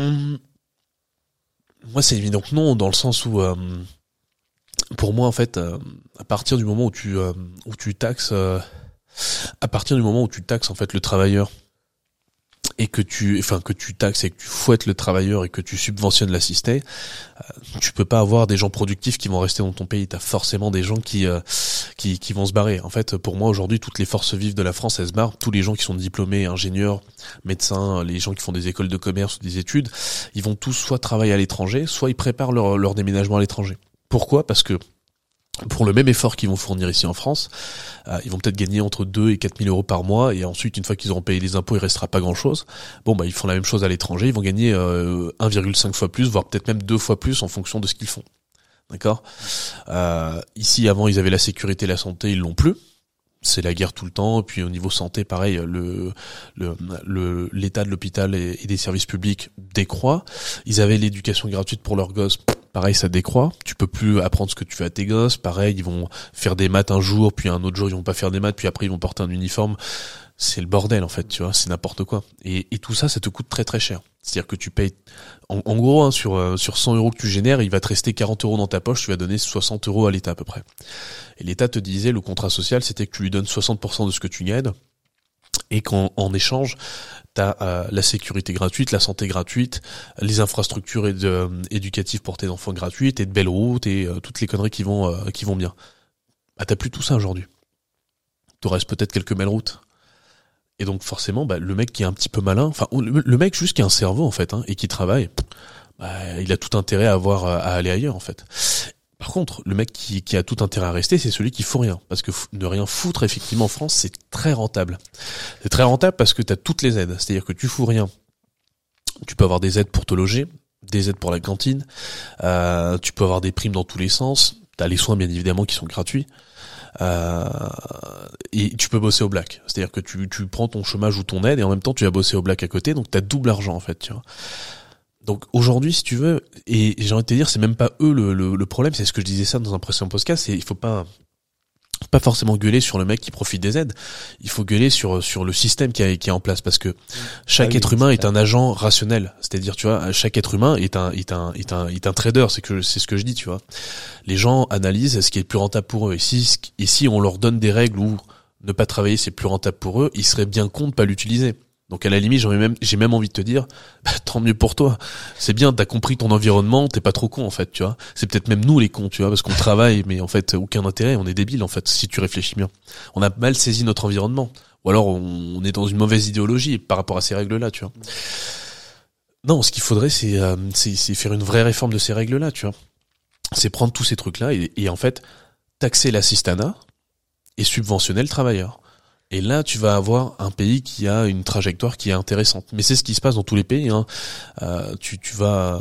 moi c'est évident que non, dans le sens où pour moi en fait, à partir du moment où tu taxes, à partir du moment où tu taxes en fait le travailleur et que tu taxes et que tu fouettes le travailleur et que tu subventionnes l'assisté, tu peux pas avoir des gens productifs qui vont rester dans ton pays. T'as forcément des gens qui vont se barrer. En fait, pour moi aujourd'hui, toutes les forces vives de la France, elles se barrent. Tous les gens qui sont diplômés, ingénieurs, médecins, les gens qui font des écoles de commerce ou des études, ils vont tous soit travailler à l'étranger, soit ils préparent leur déménagement à l'étranger. Pourquoi ? Parce que pour le même effort qu'ils vont fournir ici en France, ils vont peut-être gagner entre 2 et 4 000 euros par mois, et ensuite, une fois qu'ils auront payé les impôts, il restera pas grand-chose. Bon, ils font la même chose à l'étranger, ils vont gagner 1,5 fois plus, voire peut-être même 2 fois plus en fonction de ce qu'ils font. D'accord ? Ici, avant, ils avaient la sécurité et la santé, ils l'ont plus. C'est la guerre tout le temps, et puis au niveau santé, pareil, l'état de l'hôpital et des services publics décroît. Ils avaient l'éducation gratuite pour leurs gosses. Pareil, ça décroît. Tu peux plus apprendre ce que tu fais à tes gosses. Pareil, ils vont faire des maths un jour, puis un autre jour, ils vont pas faire des maths, puis après, ils vont porter un uniforme. C'est le bordel, en fait, tu vois. C'est n'importe quoi. Et tout ça, ça te coûte très très cher. C'est-à-dire que tu payes, en gros, hein, sur 100 euros que tu génères, il va te rester 40 euros dans ta poche, tu vas donner 60 euros à l'État, à peu près. Et l'État te disait, le contrat social, c'était que tu lui donnes 60% de ce que tu gagnes, et qu'en échange, t'as la sécurité gratuite, la santé gratuite, les infrastructures éducatives pour tes enfants gratuites, et de belles routes, et toutes les conneries qui vont bien. Bah, t'as plus tout ça aujourd'hui. T'en restes peut-être quelques belles routes. Et donc forcément, le mec qui est un petit peu malin, le mec juste qui a un cerveau en fait, hein, et qui travaille, il a tout intérêt à aller ailleurs en fait. Par contre, le mec qui a tout intérêt à rester, c'est celui qui fout rien, parce que ne rien foutre effectivement en France, c'est très rentable. C'est très rentable parce que t'as toutes les aides, c'est-à-dire que tu fous rien, tu peux avoir des aides pour te loger, des aides pour la cantine, tu peux avoir des primes dans tous les sens, t'as les soins bien évidemment qui sont gratuits. Et tu peux bosser au black, c'est-à-dire que tu prends ton chômage ou ton aide et en même temps tu vas bosser au black à côté, donc t'as double argent en fait, tu vois. Donc aujourd'hui, si tu veux, et j'ai envie de te dire, c'est même pas eux le problème, c'est ce que je disais ça dans un précédent podcast, c'est il faut pas pas forcément gueuler sur le mec qui profite des aides. Il faut gueuler sur le système qui est en place, parce que chaque être humain est un agent rationnel. C'est-à-dire, tu vois, chaque être humain est un trader. C'est ce que je dis, tu vois. Les gens analysent ce qui est le plus rentable pour eux. Et si on leur donne des règles où ne pas travailler c'est plus rentable pour eux, ils seraient bien cons de pas l'utiliser. Donc à la limite, j'ai même envie de te dire, tant mieux pour toi. C'est bien, t'as compris ton environnement, t'es pas trop con en fait, tu vois. C'est peut-être même nous les cons, tu vois, parce qu'on travaille, mais en fait aucun intérêt, on est débile en fait, si tu réfléchis bien. On a mal saisi notre environnement, ou alors on est dans une mauvaise idéologie par rapport à ces règles-là, tu vois. Non, ce qu'il faudrait, c'est faire une vraie réforme de ces règles-là, tu vois. C'est prendre tous ces trucs-là et en fait taxer l'assistanat et subventionner le travailleur. Et là, tu vas avoir un pays qui a une trajectoire qui est intéressante. Mais c'est ce qui se passe dans tous les pays, hein. Tu vas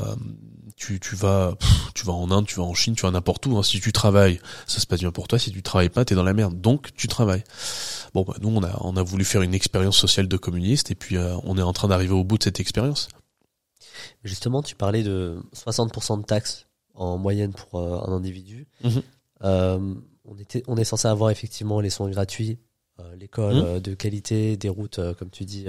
en Inde, tu vas en Chine, tu vas n'importe où, hein. Si tu travailles, ça se passe bien pour toi. Si tu travailles pas, t'es dans la merde. Donc, tu travailles. Bon, bah, nous, on a voulu faire une expérience sociale de communiste et puis, on est en train d'arriver au bout de cette expérience. Justement, tu parlais de 60% de taxes en moyenne pour un individu. On est censé avoir effectivement les soins gratuits, l'école de qualité, des routes, comme tu dis,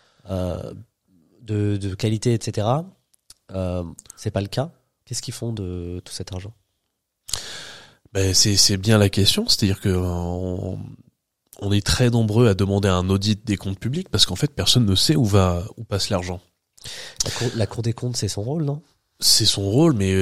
de qualité, etc. C'est pas le cas. Qu'est-ce qu'ils font de tout cet argent? Ben c'est bien la question, c'est-à-dire que on est très nombreux à demander un audit des comptes publics parce qu'en fait personne ne sait où passe l'argent. La Cour des comptes, c'est son rôle, non? C'est son rôle, mais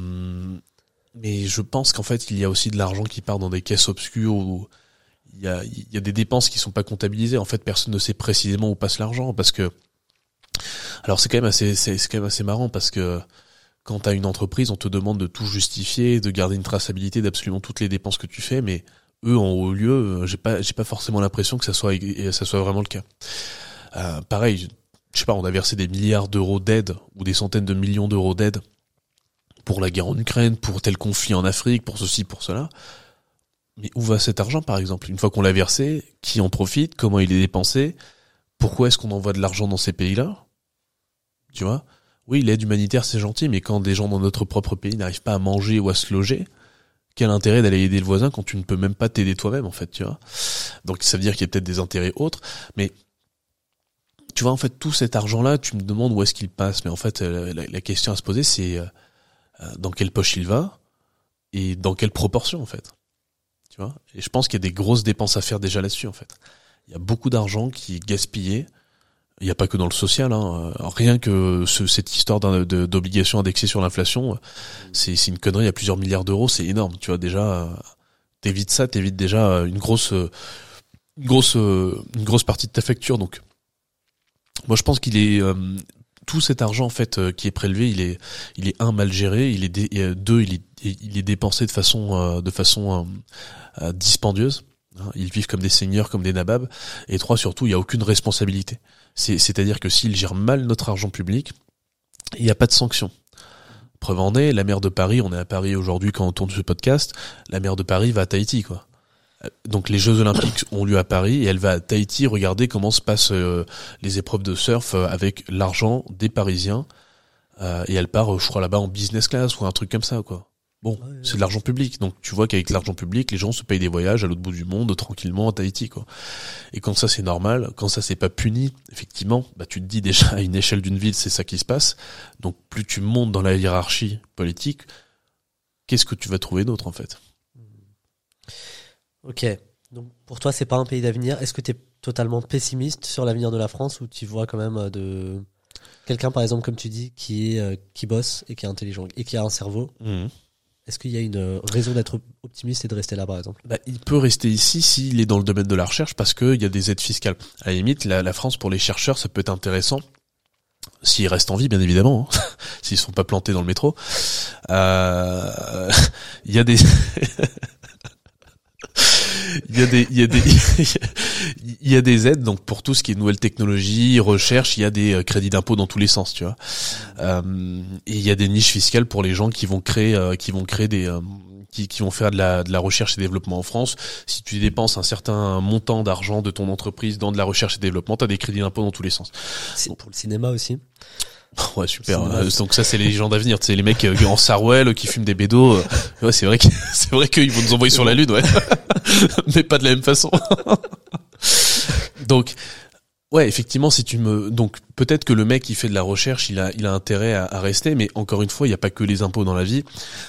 je pense qu'en fait il y a aussi de l'argent qui part dans des caisses obscures où il y a des dépenses qui sont pas comptabilisées. En fait, personne ne sait précisément où passe l'argent parce que alors c'est quand même assez marrant parce que quand t'as une entreprise, on te demande de tout justifier, de garder une traçabilité d'absolument toutes les dépenses que tu fais, mais eux en haut lieu, j'ai pas forcément l'impression que ça soit vraiment le cas. Pareil, je sais pas, on a versé des milliards d'euros d'aide ou des centaines de millions d'euros d'aide pour la guerre en Ukraine, pour tel conflit en Afrique, pour ceci, pour cela. Mais où va cet argent, par exemple? Une fois qu'on l'a versé, qui en profite? Comment il est dépensé? Pourquoi est-ce qu'on envoie de l'argent dans ces pays-là? Tu vois? Oui, l'aide humanitaire, c'est gentil, mais quand des gens dans notre propre pays n'arrivent pas à manger ou à se loger, quel intérêt d'aller aider le voisin quand tu ne peux même pas t'aider toi-même, en fait, tu vois? Donc, ça veut dire qu'il y a peut-être des intérêts autres, mais tu vois, en fait, tout cet argent-là, tu me demandes où est-ce qu'il passe, mais en fait, la question à se poser, c'est dans quelle poche il va et dans quelle proportion, en fait. Tu vois? Et je pense qu'il y a des grosses dépenses à faire déjà là-dessus, en fait. Il y a beaucoup d'argent qui est gaspillé. Il n'y a pas que dans le social, hein. Rien que cette histoire d'obligation indexée sur l'inflation, c'est une connerie à plusieurs milliards d'euros, c'est énorme. Tu vois, déjà, t'évites déjà une grosse partie de ta facture. Donc, moi, je pense qu'il est tout cet argent en fait qui est prélevé, il est mal géré, il est dépensé de façon dispendieuse. Ils vivent comme des seigneurs, comme des nababs. Et 3, surtout, il n'y a aucune responsabilité. C'est-à-dire que s'ils gèrent mal notre argent public, il n'y a pas de sanction. Preuve en est, la maire de Paris, on est à Paris aujourd'hui quand on tourne ce podcast, la maire de Paris va à Tahiti, quoi. Donc les Jeux Olympiques ont lieu à Paris et elle va à Tahiti regarder comment se passent les épreuves de surf avec l'argent des Parisiens. Et elle part, je crois, là-bas en business class ou un truc comme ça, quoi. Bon, c'est de l'argent public, donc tu vois qu'avec l'argent public, les gens se payent des voyages à l'autre bout du monde tranquillement à Tahiti, quoi. Et quand ça c'est normal, quand ça c'est pas puni, effectivement, bah tu te dis déjà à une échelle d'une ville, c'est ça qui se passe. Donc plus tu montes dans la hiérarchie politique, qu'est-ce que tu vas trouver d'autre en fait? Ok, donc pour toi c'est pas un pays d'avenir. Est-ce que tu es totalement pessimiste sur l'avenir de la France ou tu vois quand même de quelqu'un par exemple comme tu dis qui bosse et qui est intelligent et qui a un cerveau? Est-ce qu'il y a une raison d'être optimiste et de rester là, par exemple? Bah, il peut rester ici s'il est dans le domaine de la recherche parce qu'il y a des aides fiscales. À la limite, la France, pour les chercheurs, ça peut être intéressant. S'ils restent en vie, bien évidemment. Hein. S'ils sont pas plantés dans le métro. Il y a des... il y a des aides donc pour tout ce qui est nouvelle technologie, recherche, il y a des crédits d'impôt dans tous les sens, tu vois. Et il y a des niches fiscales pour les gens qui vont créer des qui vont faire de la recherche et développement en France. Si tu dépenses un certain montant d'argent de ton entreprise dans de la recherche et développement, tu as des crédits d'impôt dans tous les sens. C'est pour le cinéma aussi. Ouais, super. Donc ça, c'est les légendes à venir. Tu sais, les mecs en Sarwell qui fument des bédos. Ouais, c'est vrai qu'ils vont nous envoyer sur la Lune, ouais. Mais pas de la même façon. Donc, ouais, effectivement, donc peut-être que le mec qui fait de la recherche, il a intérêt à rester, mais encore une fois, il n'y a pas que les impôts dans la vie.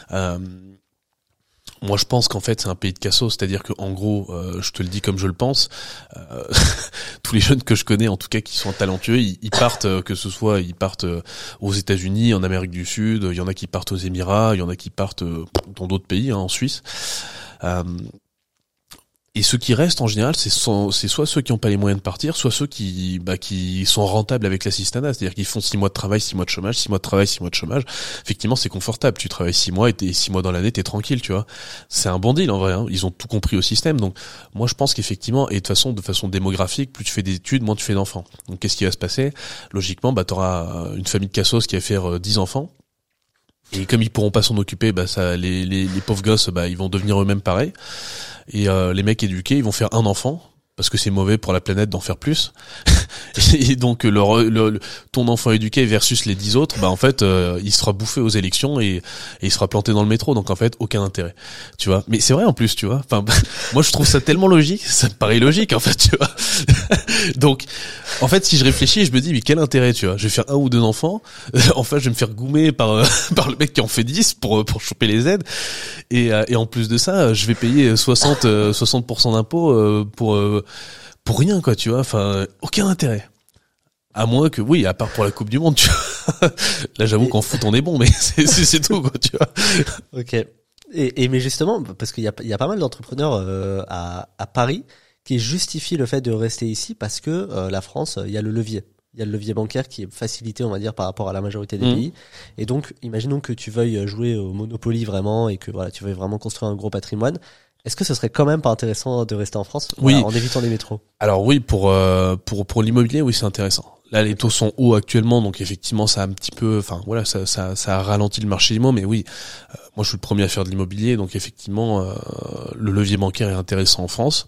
Moi, je pense qu'en fait, c'est un pays de cassos, c'est-à-dire que, en gros, je te le dis comme je le pense, tous les jeunes que je connais, en tout cas, qui sont talentueux, ils partent, ils partent aux États-Unis, en Amérique du Sud, il y en a qui partent aux Émirats, il y en a qui partent dans d'autres pays, hein, en Suisse. Et ceux qui restent en général, c'est soit ceux qui n'ont pas les moyens de partir, soit ceux qui sont rentables avec l'assistanat, c'est-à-dire qu'ils font 6 mois de travail, 6 mois de chômage, 6 mois de travail, 6 mois de chômage. Effectivement, c'est confortable. Tu travailles 6 mois et 6 mois dans l'année, t'es tranquille, tu vois. C'est un bon deal en vrai. Hein. Ils ont tout compris au système. Donc, moi, je pense qu'effectivement, et de façon démographique, plus tu fais d'études, moins tu fais d'enfants. Donc, qu'est-ce qui va se passer? Logiquement, t'auras une famille de cassos qui va faire 10 enfants. Et comme ils pourront pas s'en occuper, les pauvres gosses, ils vont devenir eux-mêmes pareils. Et les mecs éduqués, ils vont faire un enfant parce que c'est mauvais pour la planète d'en faire plus. Et donc ton enfant éduqué versus les 10 autres, en fait, il sera bouffé aux élections et il sera planté dans le métro. Donc en fait, aucun intérêt. Tu vois. Mais c'est vrai en plus, tu vois. Enfin, moi je trouve ça tellement logique, ça me paraît logique en fait, tu vois. Donc en fait, si je réfléchis, je me dis mais quel intérêt, tu vois. Je vais faire un ou deux enfants, en fait, je vais me faire goumer par le mec qui en fait 10 pour choper les aides et en plus de ça, je vais payer 60% d'impôts pour rien quoi, tu vois. Enfin, aucun intérêt. À moins que oui, à part pour la Coupe du Monde, tu vois. Là, j'avoue qu'en foot on est bon, mais c'est tout quoi, tu vois. Ok. Mais justement, parce qu'il y a pas mal d'entrepreneurs à Paris qui justifient le fait de rester ici parce que la France, il y a le levier. Il y a le levier bancaire qui est facilité, on va dire, par rapport à la majorité des pays. Et donc, imaginons que tu veuilles jouer au Monopoly vraiment et que voilà, tu veuilles vraiment construire un gros patrimoine. Est-ce que ce serait quand même pas intéressant de rester en France, oui, en évitant les métros? Alors oui, pour l'immobilier, oui, c'est intéressant. Là, les taux sont hauts actuellement, donc effectivement, ça a un petit peu, ça a ralenti le marché immobilier. Mais oui, moi, je suis le premier à faire de l'immobilier, donc effectivement, le levier bancaire est intéressant en France.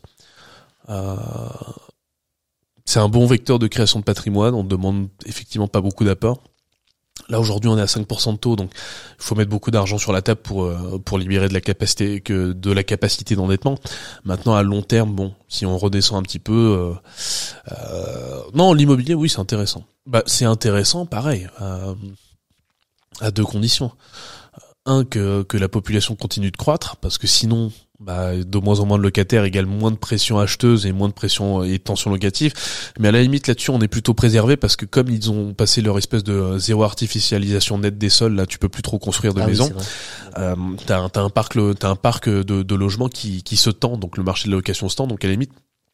C'est un bon vecteur de création de patrimoine. On ne demande effectivement pas beaucoup d'apports. Là aujourd'hui on est à 5% de taux, donc il faut mettre beaucoup d'argent sur la table pour libérer de la capacité d'endettement. Maintenant à long terme, si on redescend un petit peu, non, l'immobilier oui c'est intéressant. C'est intéressant pareil à deux conditions. Un, que la population continue de croître, parce que sinon de moins en moins de locataires égale moins de pression acheteuse et moins de pression et de tension locative. Mais à la limite là-dessus on est plutôt préservé parce que comme ils ont passé leur espèce de zéro artificialisation nette des sols, là tu peux plus trop construire de maisons. Oui, t'as un parc de logements qui se tend, donc le marché de la location se tend, donc à la limite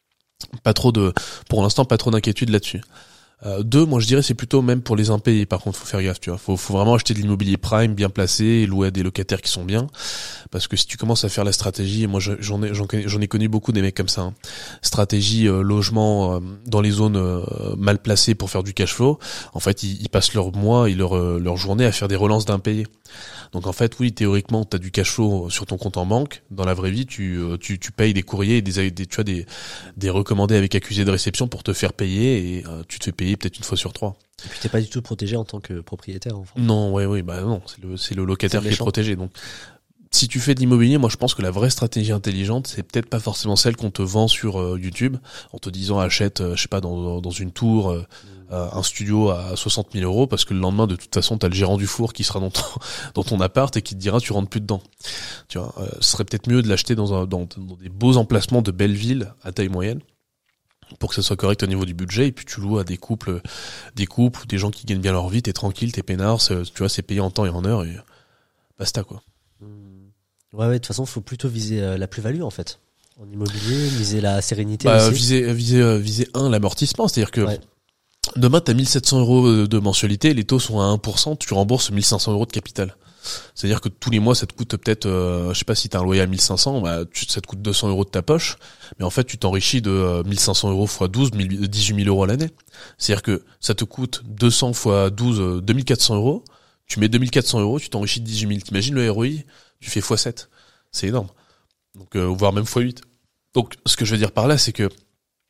pour l'instant pas trop d'inquiétude là-dessus. Deux, moi je dirais c'est plutôt même pour les impayés. Par contre, faut faire gaffe, tu vois. Faut vraiment acheter de l'immobilier prime bien placé et louer à des locataires qui sont bien. Parce que si tu commences à faire la stratégie, et moi j'en ai connu beaucoup des mecs comme ça. Hein. Stratégie logement dans les zones mal placées pour faire du cash flow. En fait, ils passent leur mois et leur journée à faire des relances d'impayés. Donc en fait, oui, théoriquement, t'as du cash flow sur ton compte en banque. Dans la vraie vie, tu payes des courriers et des recommandés avec accusé de réception pour te faire payer et tu te fais payer peut-être une fois sur 3. Et puis t'es pas du tout protégé en tant que propriétaire. En France. Non, non, c'est le locataire qui est protégé. Donc si tu fais de l'immobilier, moi je pense que la vraie stratégie intelligente, c'est peut-être pas forcément celle qu'on te vend sur YouTube en te disant achète, je sais pas, dans une tour. Un studio à 60 000 euros parce que le lendemain de toute façon t'as le gérant du four qui sera dans ton appart et qui te dira tu rentres plus dedans. Tu vois, ce serait peut-être mieux de l'acheter dans des beaux emplacements de belles villes à taille moyenne pour que ça soit correct au niveau du budget et puis tu loues à des couples ou des gens qui gagnent bien leur vie, t'es tranquille, t'es peinard, tu vois, c'est payé en temps et en heure et basta quoi. Ouais, de toute façon faut plutôt viser la plus-value en fait. En immobilier, viser la sérénité aussi. Viser l'amortissement, c'est-à-dire que demain, t'as 1700 euros de mensualité, les taux sont à 1%, tu rembourses 1500 euros de capital. C'est-à-dire que tous les mois, ça te coûte peut-être, je sais pas si t'as un loyer à 1500, ça te coûte 200 euros de ta poche, mais en fait, tu t'enrichis de 1500 euros x 12, 18 000 euros à l'année. C'est-à-dire que ça te coûte 200 x 12, 2400 euros, tu mets 2400 euros, tu t'enrichis de 18 000. T'imagines le ROI, tu fais x 7. C'est énorme. Donc, voire même x 8. Donc, ce que je veux dire par là, c'est que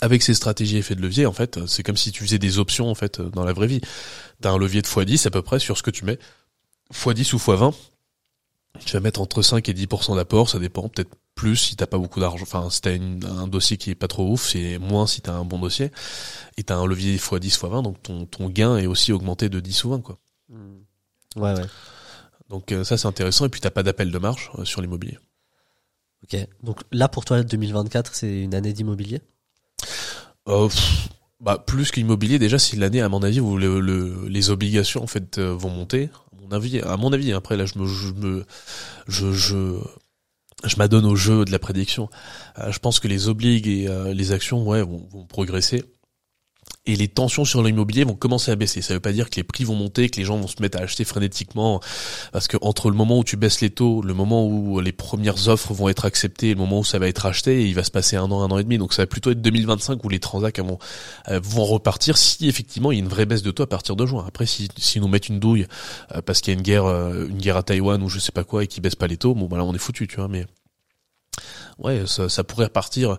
avec ces stratégies effets de levier, en fait, c'est comme si tu faisais des options, en fait, dans la vraie vie. T'as un levier de x10 à peu près sur ce que tu mets. x10 ou x20. Tu vas mettre entre 5 et 10% d'apport, ça dépend, peut-être plus si t'as pas beaucoup d'argent. Enfin, si t'as un dossier qui est pas trop ouf, c'est moins si t'as un bon dossier. Et t'as un levier x10, x20, donc ton gain est aussi augmenté de 10 ou 20, quoi. Ouais. Donc ça, c'est intéressant. Et puis t'as pas d'appel de marge sur l'immobilier. Ok. Donc là, pour toi, 2024, c'est une année d'immobilier? Plus qu'immobilier, déjà, c'est l'année, à mon avis, où les obligations, en fait, vont monter. À mon avis, après, là, je m'adonne au jeu de la prédiction. Je pense que les obligues et les actions, vont progresser. Et les tensions sur l'immobilier vont commencer à baisser. Ça veut pas dire que les prix vont monter, que les gens vont se mettre à acheter frénétiquement, parce que entre le moment où tu baisses les taux, le moment où les premières offres vont être acceptées, et le moment où ça va être acheté, il va se passer un an et demi. Donc ça va plutôt être 2025 où les transacts vont repartir, si effectivement il y a une vraie baisse de taux à partir de juin. Après, si nous mettent une douille parce qu'il y a une guerre à Taïwan ou je sais pas quoi et qu'ils baissent pas les taux, bon bah là on est foutu, tu vois. Mais ouais, ça pourrait repartir.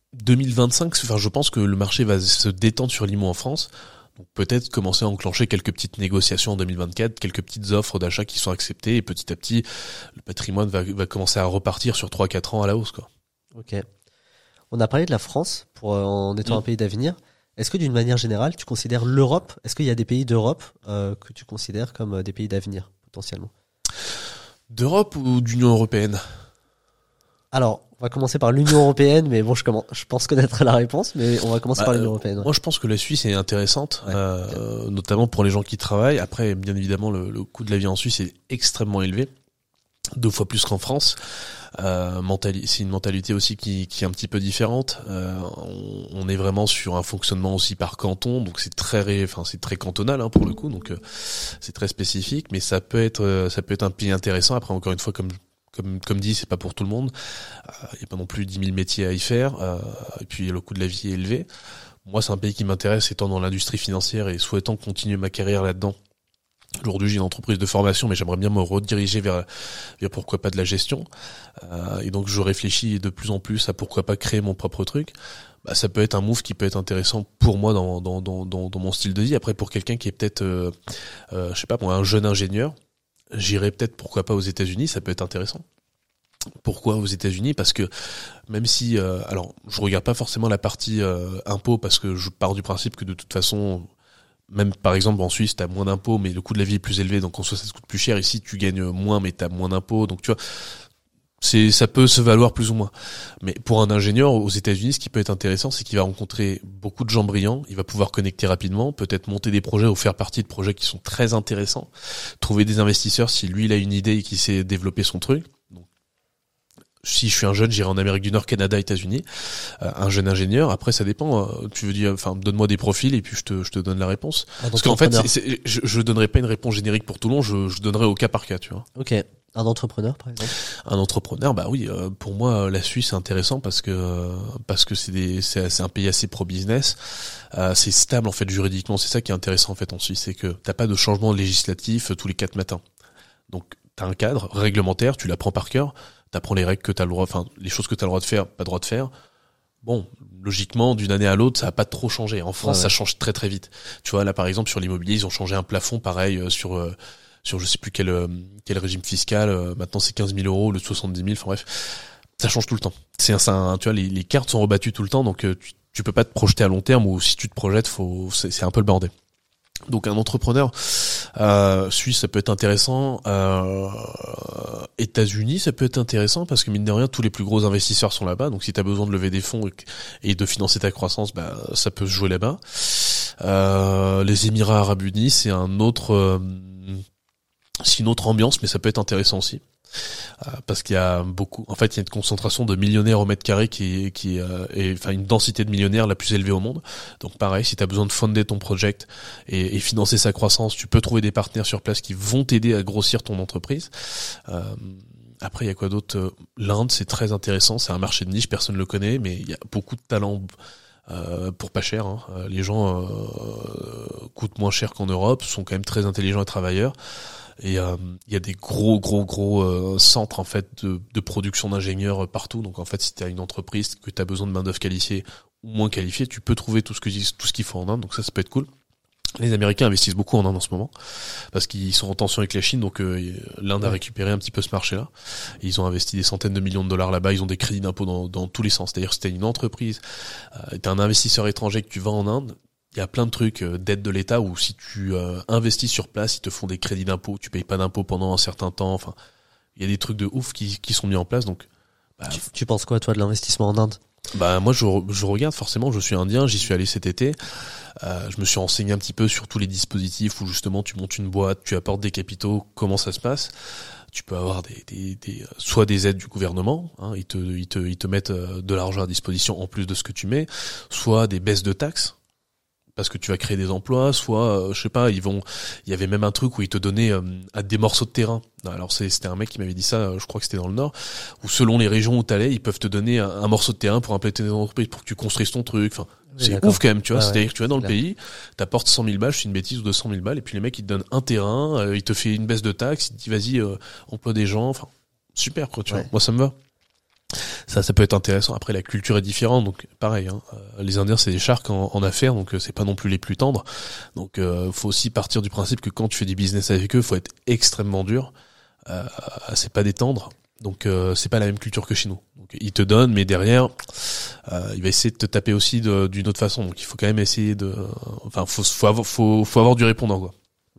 2025, enfin, je pense que le marché va se détendre sur l'IMO en France. Donc peut-être commencer à enclencher quelques petites négociations en 2024, quelques petites offres d'achat qui sont acceptées et petit à petit, le patrimoine va commencer à repartir sur 3-4 ans à la hausse, quoi. Ok. On a parlé de la France en étant un pays d'avenir. Est-ce que d'une manière générale, tu considères l'Europe, est-ce qu'il y a des pays d'Europe que tu considères comme des pays d'avenir potentiellement? D'Europe ou d'Union européenne? Alors, on va commencer par l'Union européenne, mais bon, je pense connaître la réponse, mais on va commencer par l'Union européenne. Ouais. Moi, je pense que la Suisse est intéressante, notamment pour les gens qui travaillent. Après, bien évidemment, le coût de la vie en Suisse est extrêmement élevé, 2 fois plus qu'en France. C'est une mentalité aussi qui est un petit peu différente. On est vraiment sur un fonctionnement aussi par canton, donc c'est très cantonal, pour le coup, donc c'est très spécifique, mais ça peut être un pays intéressant. Après, encore une fois, comme dit, c'est pas pour tout le monde. Il y a pas non plus 10 000 métiers à y faire. Et puis le coût de la vie est élevé. Moi, c'est un pays qui m'intéresse, étant dans l'industrie financière et souhaitant continuer ma carrière là-dedans. Aujourd'hui, j'ai une entreprise de formation, mais j'aimerais bien me rediriger vers pourquoi pas de la gestion. Et donc, je réfléchis de plus en plus à pourquoi pas créer mon propre truc. Ça peut être un move qui peut être intéressant pour moi dans mon style de vie. Après, pour quelqu'un qui est peut-être, je sais pas, pour un jeune ingénieur, j'irai peut-être pourquoi pas aux États-Unis, ça peut être intéressant. Pourquoi aux États-Unis? Parce que même si, alors je regarde pas forcément la partie impôt, parce que je pars du principe que de toute façon, même par exemple en Suisse, t'as moins d'impôts, mais le coût de la vie est plus élevé, donc en soi ça te coûte plus cher. Ici, tu gagnes moins, mais t'as moins d'impôts, donc tu vois. Ça peut se valoir plus ou moins. Mais pour un ingénieur aux États-Unis, ce qui peut être intéressant, c'est qu'il va rencontrer beaucoup de gens brillants, il va pouvoir connecter rapidement, peut-être monter des projets ou faire partie de projets qui sont très intéressants, trouver des investisseurs si lui il a une idée et qu'il sait développer son truc. Donc, si je suis un jeune, j'irai en Amérique du Nord, Canada, États-Unis, un jeune ingénieur. Après, ça dépend. Tu veux dire, donne-moi des profils et puis je te donne la réponse. Parce qu'en fait, je donnerai pas une réponse générique pour tout le monde. Je donnerai au cas par cas, tu vois. Ok. Un entrepreneur, par exemple? Un entrepreneur, oui, pour moi, la Suisse, c'est intéressant parce que c'est un pays assez pro-business. C'est stable, en fait, juridiquement. C'est ça qui est intéressant, en fait, en Suisse. C'est que t'as pas de changement législatif tous les 4 matins. Donc, t'as un cadre réglementaire, tu l'apprends par cœur. T'apprends les règles que t'as le droit, les choses que t'as le droit de faire, pas le droit de faire. Bon, logiquement, d'une année à l'autre, ça va pas trop changer. En France, ça change très très vite. Tu vois, là, par exemple, sur l'immobilier, ils ont changé un plafond, pareil, sur je sais plus quel régime fiscal. Maintenant, c'est 15 000 euros, le 70 000. Enfin bref, ça change tout le temps. Tu vois, les cartes sont rebattues tout le temps, donc tu peux pas te projeter à long terme, ou si tu te projettes, c'est un peu le bordel. Donc un entrepreneur suisse, ça peut être intéressant. États-Unis, ça peut être intéressant parce que mine de rien, tous les plus gros investisseurs sont là-bas. Donc si t'as besoin de lever des fonds et de financer ta croissance, ça peut se jouer là-bas. Les Émirats Arabes Unis, c'est une autre ambiance, mais ça peut être intéressant aussi. Parce qu'il y a il y a une concentration de millionnaires au mètre carré qui est une densité de millionnaires la plus élevée au monde. Donc pareil, si tu as besoin de fonder ton project et financer sa croissance, tu peux trouver des partenaires sur place qui vont t'aider à grossir ton entreprise. Après, il y a quoi d'autre? L'Inde, c'est très intéressant, c'est un marché de niche, personne ne le connaît, mais il y a beaucoup de talents pour pas cher. Les gens coûtent moins cher qu'en Europe, sont quand même très intelligents et travailleurs. Et il y a des gros centres en fait de production d'ingénieurs partout. Donc en fait, si tu as une entreprise que tu as besoin de main-d'œuvre qualifiée moins qualifié, tu peux trouver tout ce qu'il faut en Inde, donc ça peut être cool. Les Américains investissent beaucoup en Inde en ce moment parce qu'ils sont en tension avec la Chine, donc l'Inde a récupéré un petit peu ce marché-là. Ils ont investi des centaines de millions de dollars là-bas, ils ont des crédits d'impôt dans tous les sens. C'est-à-dire, si t'es une entreprise, t'es un investisseur étranger que tu vas en Inde, il y a plein de trucs d'aide de l'État où si tu investis sur place, ils te font des crédits d'impôt, tu payes pas d'impôt pendant un certain temps. Enfin, il y a des trucs de ouf qui sont mis en place. Donc, tu penses quoi toi de l'investissement en Inde? Moi je regarde forcément, je suis indien, j'y suis allé cet été. Je me suis renseigné un petit peu sur tous les dispositifs où justement tu montes une boîte, tu apportes des capitaux, comment ça se passe. Tu peux avoir soit des aides du gouvernement, hein, ils te mettent de l'argent à disposition en plus de ce que tu mets, soit des baisses de taxes parce que tu vas créer des emplois, soit je sais pas, il y avait même un truc où ils te donnaient des morceaux de terrain. Alors c'était un mec qui m'avait dit ça, je crois que c'était dans le Nord, où selon les régions où t'allais, ils peuvent te donner un morceau de terrain pour implémenter des entreprises, pour que tu construises ton truc. Enfin, c'est ouf quand même, tu vois. C'est-à-dire que tu vas dans le pays, t'apportes 100 000 balles, je suis une bêtise, ou 200 000 balles, et puis les mecs ils te donnent un terrain, ils te fait une baisse de taxes, ils te disent vas-y, emploie des gens. Enfin, super quoi, tu vois. Moi ça me va. Ça peut être intéressant. Après, la culture est différente, donc pareil. Hein, les Indiens, c'est des sharks en affaires, donc c'est pas non plus les plus tendres. Donc, faut aussi partir du principe que quand tu fais du business avec eux, faut être extrêmement dur. C'est pas des tendres, donc c'est pas la même culture que chez nous. Donc, ils te donnent, mais derrière, il va essayer de te taper aussi d'une autre façon. Donc, il faut quand même essayer de. Enfin, faut avoir du répondant, quoi.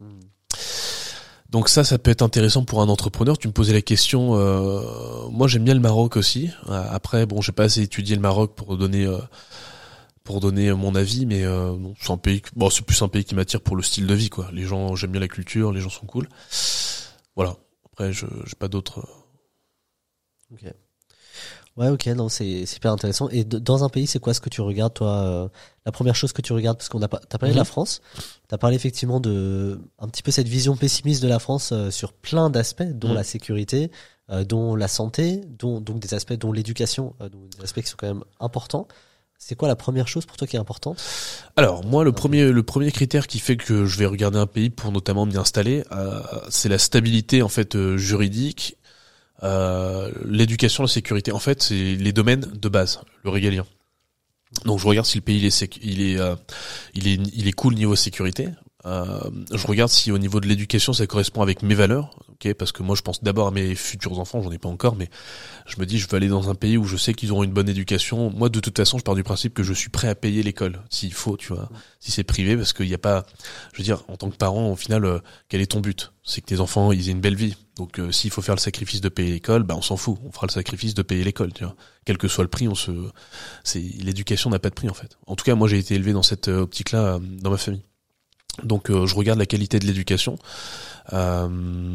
Donc ça peut être intéressant pour un entrepreneur. Tu me posais la question. Moi, j'aime bien le Maroc aussi. Après, bon, j'ai pas assez étudié le Maroc pour donner mon avis, mais c'est un pays. Bon, c'est plus un pays qui m'attire pour le style de vie, quoi. Les gens, j'aime bien la culture, les gens sont cool. Voilà. Après, j'ai pas d'autres. Ok. Ouais, ok, non, c'est super intéressant. Et dans un pays, c'est quoi ce que tu regardes, toi, la première chose que tu regardes, parce t'as parlé de la France, t'as parlé effectivement de un petit peu cette vision pessimiste de la France sur plein d'aspects, dont la sécurité, dont la santé, donc des aspects, dont l'éducation, donc des aspects qui sont quand même importants. C'est quoi la première chose pour toi qui est importante? Alors moi, le premier critère qui fait que je vais regarder un pays pour notamment m'y installer, c'est la stabilité en fait juridique. L'éducation, la sécurité, en fait, c'est les domaines de base, le régalien. Donc je regarde si le pays il est cool niveau sécurité. Je regarde si au niveau de l'éducation ça correspond avec mes valeurs, ok, parce que moi je pense d'abord à mes futurs enfants, j'en ai pas encore, mais je me dis je veux aller dans un pays où je sais qu'ils auront une bonne éducation. Moi de toute façon je pars du principe que je suis prêt à payer l'école s'il faut, tu vois, si c'est privé, parce qu'il y a pas, je veux dire en tant que parent au final quel est ton but? C'est que tes enfants ils aient une belle vie. Donc s'il faut faire le sacrifice de payer l'école, on s'en fout, on fera le sacrifice de payer l'école, tu vois. Quel que soit le prix, l'éducation n'a pas de prix en fait. En tout cas moi j'ai été élevé dans cette optique-là dans ma famille. Donc je regarde la qualité de l'éducation. La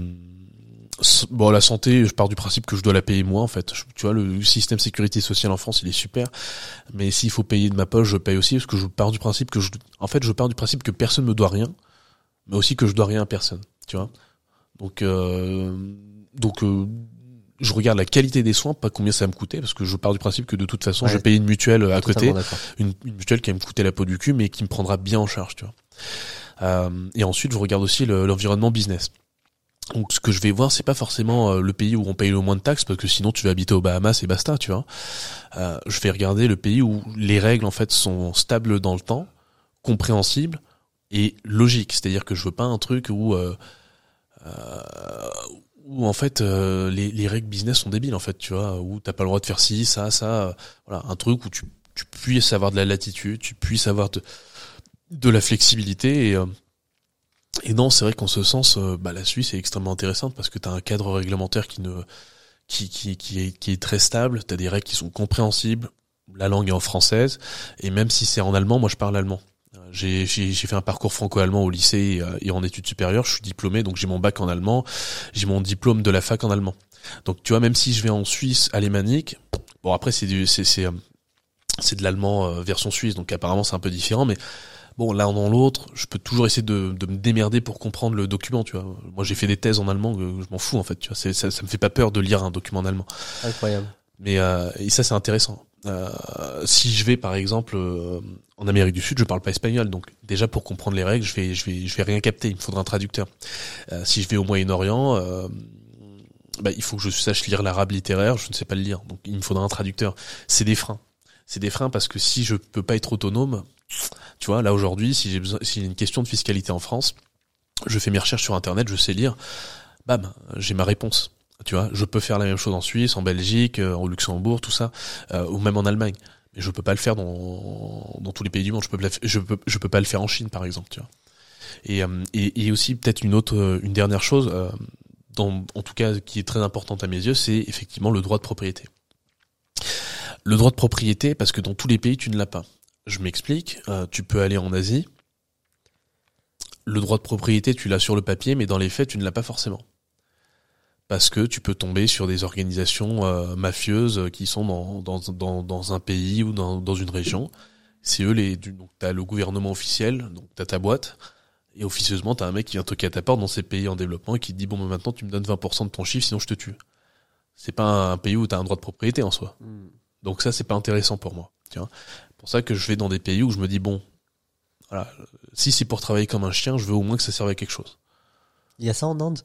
santé, je pars du principe que je dois la payer moi en fait. Tu vois, le système sécurité sociale en France, il est super, mais s'il faut payer de ma poche, je paye aussi, parce que je pars du principe que personne me doit rien, mais aussi que je dois rien à personne. Tu vois. Donc je regarde la qualité des soins, pas combien ça va me coûter, parce que je pars du principe que de toute façon, je vais payer une mutuelle à côté, une mutuelle qui va me coûter la peau du cul, mais qui me prendra bien en charge, tu vois. Et ensuite, je regarde aussi l'environnement business. Donc, ce que je vais voir, c'est pas forcément le pays où on paye le moins de taxes, parce que sinon tu vas habiter aux Bahamas et basta, tu vois. Je vais regarder le pays où les règles en fait sont stables dans le temps, compréhensibles et logiques. C'est-à-dire que je veux pas un truc où en fait les règles business sont débiles en fait, tu vois, où t'as pas le droit de faire ci, ça, voilà, un truc où tu puisses avoir de la latitude, tu puisses avoir de la flexibilité et non, c'est vrai qu'en ce sens la Suisse est extrêmement intéressante parce que t'as un cadre réglementaire qui est très stable, t'as des règles qui sont compréhensibles, la langue est en française et même si c'est en allemand, moi je parle allemand. J'ai fait un parcours franco-allemand au lycée et en études supérieures, je suis diplômé, donc j'ai mon bac en allemand, j'ai mon diplôme de la fac en allemand. Donc tu vois, même si je vais en Suisse alémanique, bon après c'est de l'allemand version suisse, donc apparemment c'est un peu différent, mais bon, l'un dans l'autre, je peux toujours essayer de me démerder pour comprendre le document, tu vois. Moi, j'ai fait des thèses en allemand, je m'en fous, en fait, tu vois. Ça me fait pas peur de lire un document en allemand. Incroyable. Mais, et ça, c'est intéressant. Si je vais, par exemple, en Amérique du Sud, je parle pas espagnol, donc déjà, pour comprendre les règles, je vais rien capter, il me faudra un traducteur. Si je vais au Moyen-Orient, il faut que je sache lire l'arabe littéraire, je ne sais pas le lire, donc il me faudra un traducteur. C'est des freins. C'est des freins parce que si je peux pas être autonome, tu vois, là aujourd'hui, s'il y a une question de fiscalité en France, je fais mes recherches sur Internet, je sais lire, bam, j'ai ma réponse. Tu vois, je peux faire la même chose en Suisse, en Belgique, au Luxembourg, tout ça, ou même en Allemagne. Mais je peux pas le faire dans tous les pays du monde. Je peux pas le faire en Chine, par exemple, tu vois. Et aussi peut-être une dernière chose, en tout cas qui est très importante à mes yeux, c'est effectivement le droit de propriété. Le droit de propriété, parce que dans tous les pays tu ne l'as pas. Je m'explique. Tu peux aller en Asie. Le droit de propriété, tu l'as sur le papier, mais dans les faits, tu ne l'as pas forcément. Parce que tu peux tomber sur des organisations mafieuses qui sont dans un pays ou dans une région. C'est eux donc t'as le gouvernement officiel, donc t'as ta boîte. Et officieusement, t'as un mec qui vient toquer à ta porte dans ces pays en développement et qui te dit bon, maintenant tu me donnes 20% de ton chiffre, sinon je te tue. C'est pas un pays où t'as un droit de propriété en soi. Donc ça, c'est pas intéressant pour moi. Tu vois. Pour ça que je vais dans des pays où je me dis bon, voilà, si c'est pour travailler comme un chien, je veux au moins que ça serve à quelque chose. Il y a ça en Inde?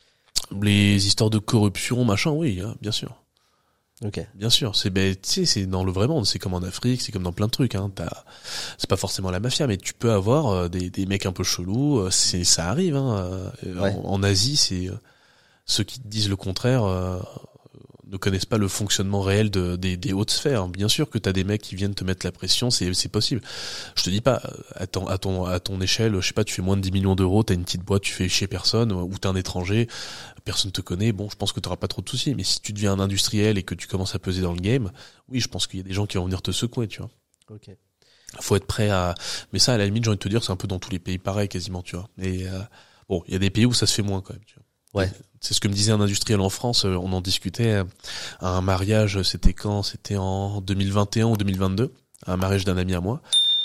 Les histoires de corruption, machin, oui, hein, bien sûr. Ok. Bien sûr, tu sais, c'est dans le vrai monde, c'est comme en Afrique, c'est comme dans plein de trucs, hein. C'est pas forcément la mafia, mais tu peux avoir des mecs un peu chelous, ça arrive, hein. Ouais. En Asie, c'est ceux qui te disent le contraire ne connaissent pas le fonctionnement réel des hautes sphères. Bien sûr que t'as des mecs qui viennent te mettre la pression, c'est possible. Je te dis pas à ton échelle, je sais pas, tu fais moins de 10 millions d'euros, t'as une petite boîte, tu fais chez personne, ou t'es un étranger, personne te connaît, bon, je pense que t'auras pas trop de soucis. Mais si tu deviens un industriel et que tu commences à peser dans le game, oui, je pense qu'il y a des gens qui vont venir te secouer, tu vois. Ok. Faut être prêt mais ça, à la limite, j'ai envie de te dire, c'est un peu dans tous les pays pareil, quasiment, tu vois. Et bon, il y a des pays où ça se fait moins quand même, tu vois. Ouais. C'est ce que me disait un industriel en France, on en discutait à un mariage, c'était quand? C'était en 2021 ou 2022, un mariage d'un ami à moi.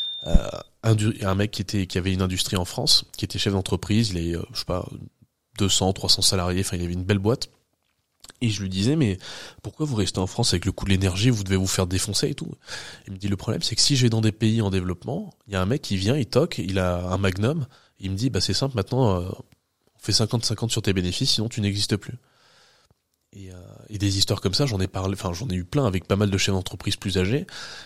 Un mec qui avait une industrie en France, qui était chef d'entreprise, il est, je sais pas, 200, 300 salariés, enfin il avait une belle boîte. Et je lui disais, mais pourquoi vous restez en France avec le coût de l'énergie, vous devez vous faire défoncer et tout. Il me dit, le problème c'est que si je vais dans des pays en développement, il y a un mec qui vient, il toque, il a un Magnum, il me dit, bah c'est simple, maintenant on fait 50-50 sur tes bénéfices, sinon tu n'existes plus. Et des histoires comme ça, j'en ai eu plein avec pas mal de chefs d'entreprise plus âgés.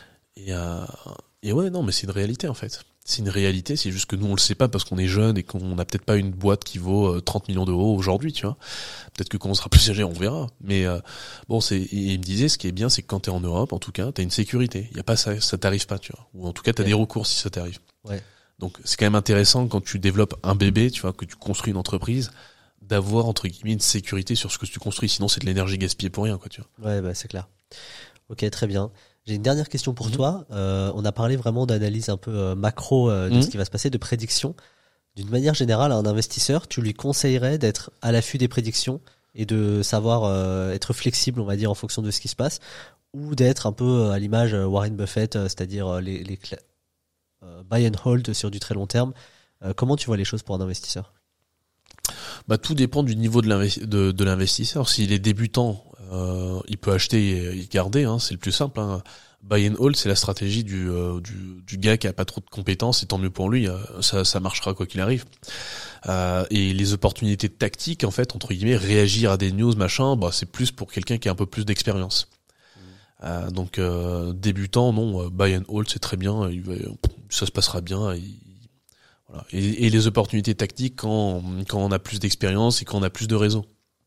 Et ouais, non, mais c'est une réalité en fait. C'est une réalité, c'est juste que nous on le sait pas parce qu'on est jeune et qu'on n'a peut-être pas une boîte qui vaut 30 millions d'euros aujourd'hui, tu vois. Peut-être que quand on sera plus âgé, on verra. Mais bon, il me disait, ce qui est bien, c'est que quand t'es en Europe, en tout cas, t'as une sécurité. Y a pas ça t'arrive pas, tu vois. Ou en tout cas, t'as des recours si ça t'arrive. Ouais. Donc c'est quand même intéressant quand tu développes un bébé, tu vois, que tu construis une entreprise, d'avoir entre guillemets une sécurité sur ce que tu construis. Sinon, c'est de l'énergie gaspillée pour rien, quoi, tu vois. Ouais, bah c'est clair. Ok, très bien. J'ai une dernière question pour toi. On a parlé vraiment d'analyse un peu macro de ce qui va se passer, de prédiction. D'une manière générale, à un investisseur, tu lui conseillerais d'être à l'affût des prédictions et de savoir être flexible, on va dire, en fonction de ce qui se passe, ou d'être un peu à l'image Warren Buffett, c'est-à-dire les buy and hold sur du très long terme. Comment tu vois les choses pour un investisseur? Bah tout dépend du niveau de l'investisseur. S'il est débutant, il peut acheter et garder, hein, c'est le plus simple. Hein. Buy and hold, c'est la stratégie du gars qui a pas trop de compétences, et tant mieux pour lui, ça marchera quoi qu'il arrive. Et les opportunités tactiques, en fait, entre guillemets, réagir à des news, machin, bah c'est plus pour quelqu'un qui a un peu plus d'expérience. Donc débutant, non, buy and hold, c'est très bien, ça se passera bien. Voilà. Et les opportunités tactiques quand on a plus d'expérience et quand on a plus de réseau.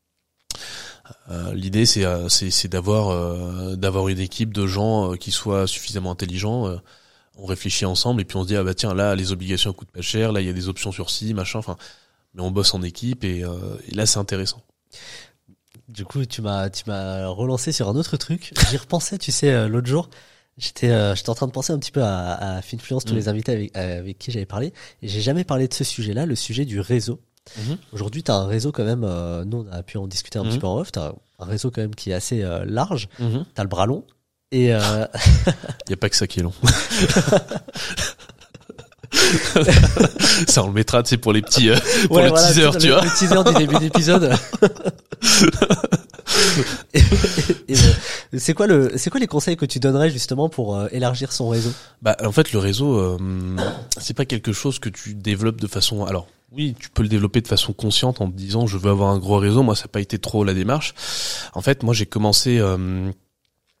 L'idée c'est d'avoir une équipe de gens qui soient suffisamment intelligents. On réfléchit ensemble et puis on se dit ah bah tiens là les obligations coûtent pas cher, là il y a des options sur ci machin. Enfin, mais on bosse en équipe et là c'est intéressant. Du coup tu m'as relancé sur un autre truc. J'y repensais, tu sais, l'autre jour. J'étais en train de penser un petit peu à Finfluence, tous les invités avec qui j'avais parlé, et j'ai jamais parlé de ce sujet-là, le sujet du réseau. Aujourd'hui, t'as un réseau quand même, nous on a pu en discuter un petit peu en off, t'as un réseau quand même qui est assez large, t'as le bras long, et y a pas que ça qui est long. Ça on le mettra, tu sais, pour les petits pour le teaser, tu vois. Le teaser du début d'épisode. C'est quoi les conseils que tu donnerais justement pour élargir son réseau? Bah en fait le réseau c'est pas quelque chose que tu développes de façon, alors oui, tu peux le développer de façon consciente en te disant je veux avoir un gros réseau. Moi ça n'a pas été trop la démarche. En fait, moi j'ai commencé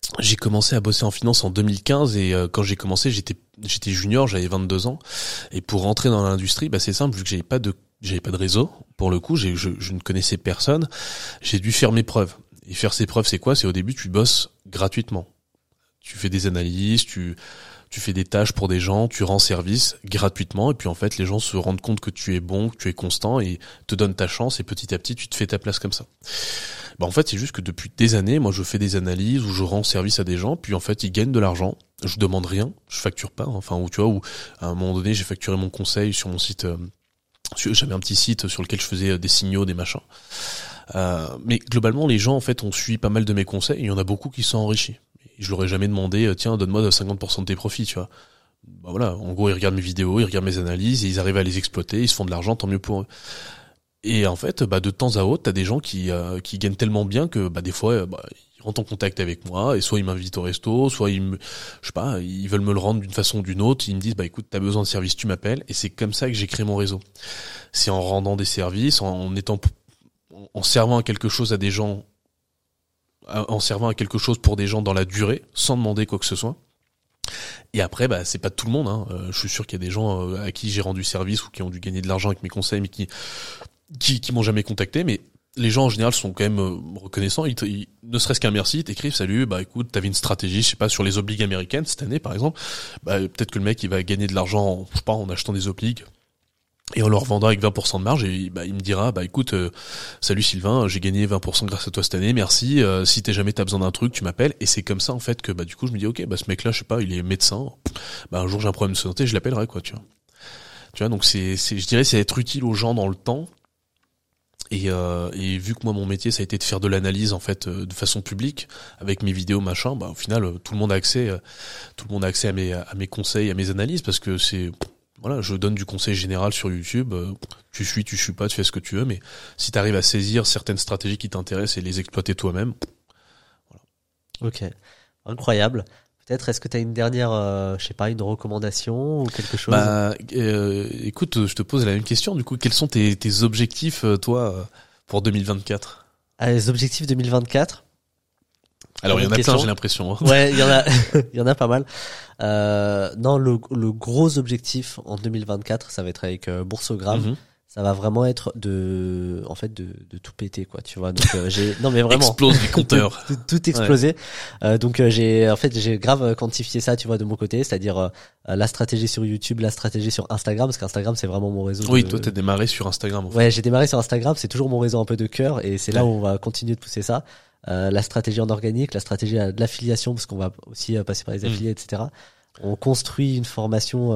J'ai commencé à bosser en finance en 2015 et quand j'ai commencé, j'étais junior, j'avais 22 ans et pour rentrer dans l'industrie, c'est simple, vu que j'avais pas de réseau pour le coup, je ne connaissais personne, j'ai dû faire mes preuves. Et faire ses preuves, c'est quoi? C'est au début tu bosses gratuitement. Tu fais des analyses, tu fais des tâches pour des gens, tu rends service gratuitement et puis en fait les gens se rendent compte que tu es bon, que tu es constant et te donnent ta chance et petit à petit tu te fais ta place comme ça. En fait, c'est juste que depuis des années, moi, je fais des analyses où je rends service à des gens, puis en fait, ils gagnent de l'argent. Je demande rien, je facture pas. Enfin, ou tu vois, où à un moment donné, j'ai facturé mon conseil sur mon site. J'avais un petit site sur lequel je faisais des signaux, des machins. Mais globalement, les gens, en fait, ont suivi pas mal de mes conseils. Et il y en a beaucoup qui sont enrichis. Et je leur ai jamais demandé, tiens, donne-moi 50% de tes profits, tu vois. Voilà. En gros, ils regardent mes vidéos, ils regardent mes analyses, et ils arrivent à les exploiter, ils se font de l'argent, tant mieux pour eux. Et en fait, de temps à autre, t'as des gens qui gagnent tellement bien que des fois, ils rentrent en contact avec moi et soit ils m'invitent au resto, soit ils veulent me le rendre d'une façon ou d'une autre. Ils me disent écoute, t'as besoin de service, tu m'appelles. Et c'est comme ça que j'ai créé mon réseau. C'est en rendant des services, en servant à quelque chose à des gens, en servant à quelque chose pour des gens dans la durée, sans demander quoi que ce soit. Et après, c'est pas tout le monde. Hein. Je suis sûr qu'il y a des gens à qui j'ai rendu service ou qui ont dû gagner de l'argent avec mes conseils, mais qui m'ont jamais contacté, mais les gens en général sont quand même reconnaissants. Ils ne serait-ce qu'un merci, ils t'écrivent salut, écoute, t'avais une stratégie, je sais pas, sur les obligues américaines cette année par exemple. Peut-être que le mec il va gagner de l'argent, je sais pas, en achetant des obligues et en leur vendant avec 20% de marge et il me dira écoute, salut Sylvain, j'ai gagné 20% grâce à toi cette année, merci. Si t'as besoin d'un truc, tu m'appelles. Et c'est comme ça en fait que du coup je me dis ok, ce mec-là, je sais pas, il est médecin. Un jour j'ai un problème de santé, je l'appellerai quoi, tu vois. Donc je dirais c'est être utile aux gens dans le temps. Et vu que moi mon métier ça a été de faire de l'analyse en fait de façon publique avec mes vidéos machin, au final tout le monde a accès à mes conseils, à mes analyses parce que je donne du conseil général sur YouTube, tu suis pas, tu fais ce que tu veux, mais si t'arrives à saisir certaines stratégies qui t'intéressent et les exploiter toi-même, voilà. Ok, incroyable. Peut-être, est-ce que tu as une dernière, une recommandation ou quelque chose? Écoute, je te pose la même question. Du coup, quels sont tes objectifs, toi, pour 2024? Les objectifs 2024? Alors, il y en a plein, j'ai l'impression. Hein. Ouais, il y en a pas mal. Non, le gros objectif en 2024, ça va être avec Boursogramme. Mm-hmm. Ça va vraiment être de tout péter quoi, tu vois. Donc non mais vraiment explose les compteurs, tout exploser. Ouais. Donc j'ai grave quantifié ça, tu vois, de mon côté, c'est-à-dire la stratégie sur YouTube, la stratégie sur Instagram, parce qu'Instagram c'est vraiment mon réseau. Oui, toi t'as démarré sur Instagram. En fait. Ouais, j'ai démarré sur Instagram, c'est toujours mon réseau un peu de cœur et c'est là où on va continuer de pousser ça. La stratégie en organique, la stratégie de l'affiliation, parce qu'on va aussi passer par les affiliés, etc. On construit une formation,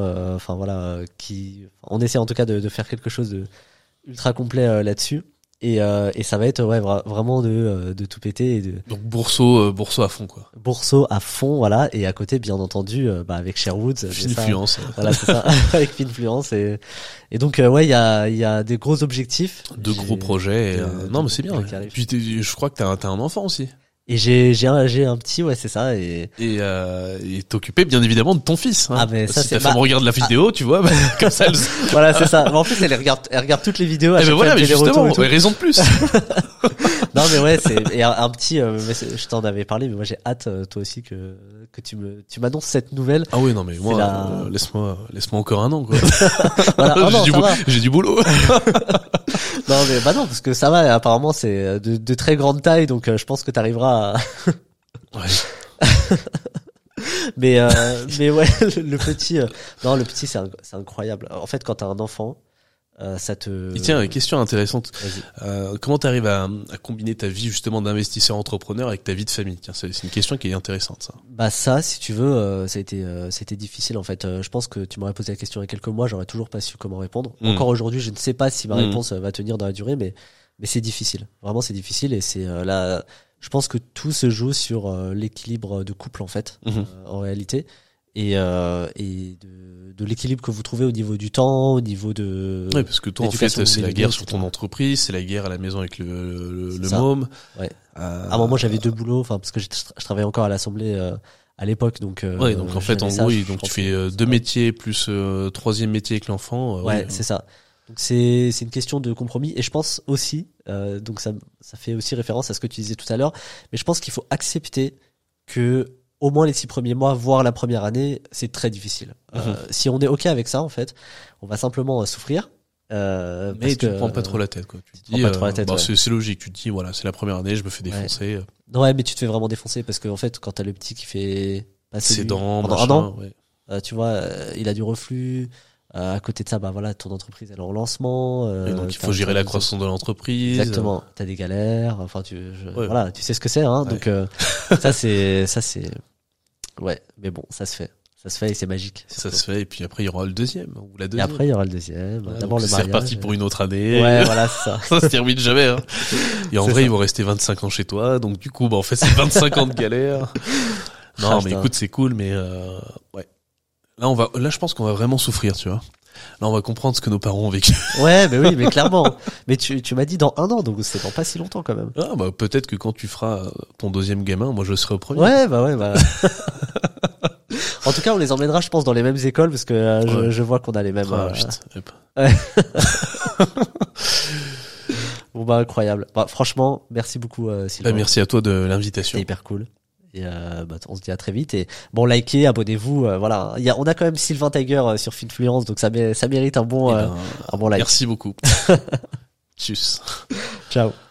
on essaie en tout cas de faire quelque chose de ultra complet là-dessus, et ça va être vraiment de tout péter. Donc Bourso à fond quoi. Bourso à fond, voilà, et à côté bien entendu avec Sherwood. Finfluence. Voilà, c'est ça, avec Finfluence et donc il y a des gros objectifs, de gros projets. Non mais c'est bien. Puis je crois que t'as un enfant aussi. Et j'ai un petit, ouais, c'est ça, et t'occuper bien évidemment de ton fils. Hein. Ah, mais ça, si ta femme regarde la vidéo, tu vois, comme ça, voilà, c'est ça. Mais en plus, elle regarde toutes les vidéos. Mais justement, raison de plus. Non, mais ouais, et un petit, je t'en avais parlé, mais moi, j'ai hâte, toi aussi, que tu m'annonces cette nouvelle. Ah oui, non, mais moi, laisse-moi encore un an, quoi. Voilà, j'ai du boulot. Non, mais non, parce que ça va, apparemment, c'est de très grande taille, donc je pense que t'arriveras à... Ouais. mais ouais, le petit, c'est incroyable. En fait, quand t'as un enfant, ça te... Et tiens, une question intéressante. Comment t'arrives à combiner ta vie justement d'investisseur entrepreneur avec ta vie de famille? Tiens, c'est une question qui est intéressante, ça. Ça, si tu veux, c'était difficile en fait. Je pense que tu m'aurais posé la question il y a quelques mois, j'aurais toujours pas su comment répondre. Encore aujourd'hui, je ne sais pas si ma réponse va tenir dans la durée, mais c'est difficile. Vraiment, c'est difficile et c'est là. Je pense que tout se joue sur l'équilibre de couple en fait, en réalité. Et de l'équilibre que vous trouvez au niveau du temps, au niveau de... Oui, parce que toi, en fait, c'est la guerre sur ton entreprise, c'est la guerre à la maison avec le môme. Ouais. À un moment, j'avais 2 boulots, parce que je travaillais encore à l'Assemblée à l'époque, donc... ouais, donc en fait, en gros, donc tu fais 2 métiers plus 3e métier avec l'enfant. Ouais, c'est ça. Donc c'est une question de compromis, et je pense aussi, donc ça fait aussi référence à ce que tu disais tout à l'heure, mais je pense qu'il faut accepter que au moins les 6 premiers mois, voire la première année, c'est très difficile. Si on est OK avec ça, en fait, on va simplement souffrir. Mais tu te prends pas trop la tête, quoi. Tu te dis, pas trop la tête, ouais. c'est logique. Tu te dis, voilà, c'est la première année, je me fais défoncer. Ouais, mais tu te fais vraiment défoncer parce que en fait, quand t'as le petit qui fait passer ses dents, pendant machin, un an, ouais. tu vois, il a du reflux. À côté de ça, bah voilà, ton entreprise elle est en lancement. Et donc il faut gérer la croissance de l'entreprise. Exactement. T'as des galères. Enfin, Ouais. voilà, tu sais ce que c'est, hein. Ouais. Donc ça c'est, ouais. Mais bon, ça se fait et c'est magique. Ça se fait. Et puis après il y aura le deuxième ou la Et deuxième. après il y aura le deuxième. Voilà, D'abord le c'est mariage. reparti pour une autre année. Ouais, voilà, c'est ça. Ça se termine jamais. Hein. Et en C'est vrai, ça. ils vont rester 25 ans chez toi. Donc du coup, bah en fait, c'est 25 ans de galère. Non, mais putain. écoute, c'est cool, mais ouais. Là, je pense qu'on va vraiment souffrir, tu vois. Là, on va comprendre ce que nos parents ont vécu. Ouais, mais oui, mais clairement. Mais tu m'as dit dans 1 an, donc c'est dans pas si longtemps quand même. Ah, bah peut-être que quand tu feras ton deuxième gamin, moi, je serai au premier. Ouais. En tout cas, on les emmènera, je pense, dans les mêmes écoles parce que je vois qu'on a les mêmes. Ah, putain, hop. Ouais. Bon bah incroyable. Bah franchement, merci beaucoup Sylvain. Bah, merci à toi de C'était l'invitation. hyper cool. Et bah, on se dit à très vite. Et bon, likez, abonnez-vous. Voilà. On a quand même Sylvain Tiger sur Finfluence, donc ça mérite un bon Eh ben, un bon like. Merci beaucoup. Tchuss. Ciao.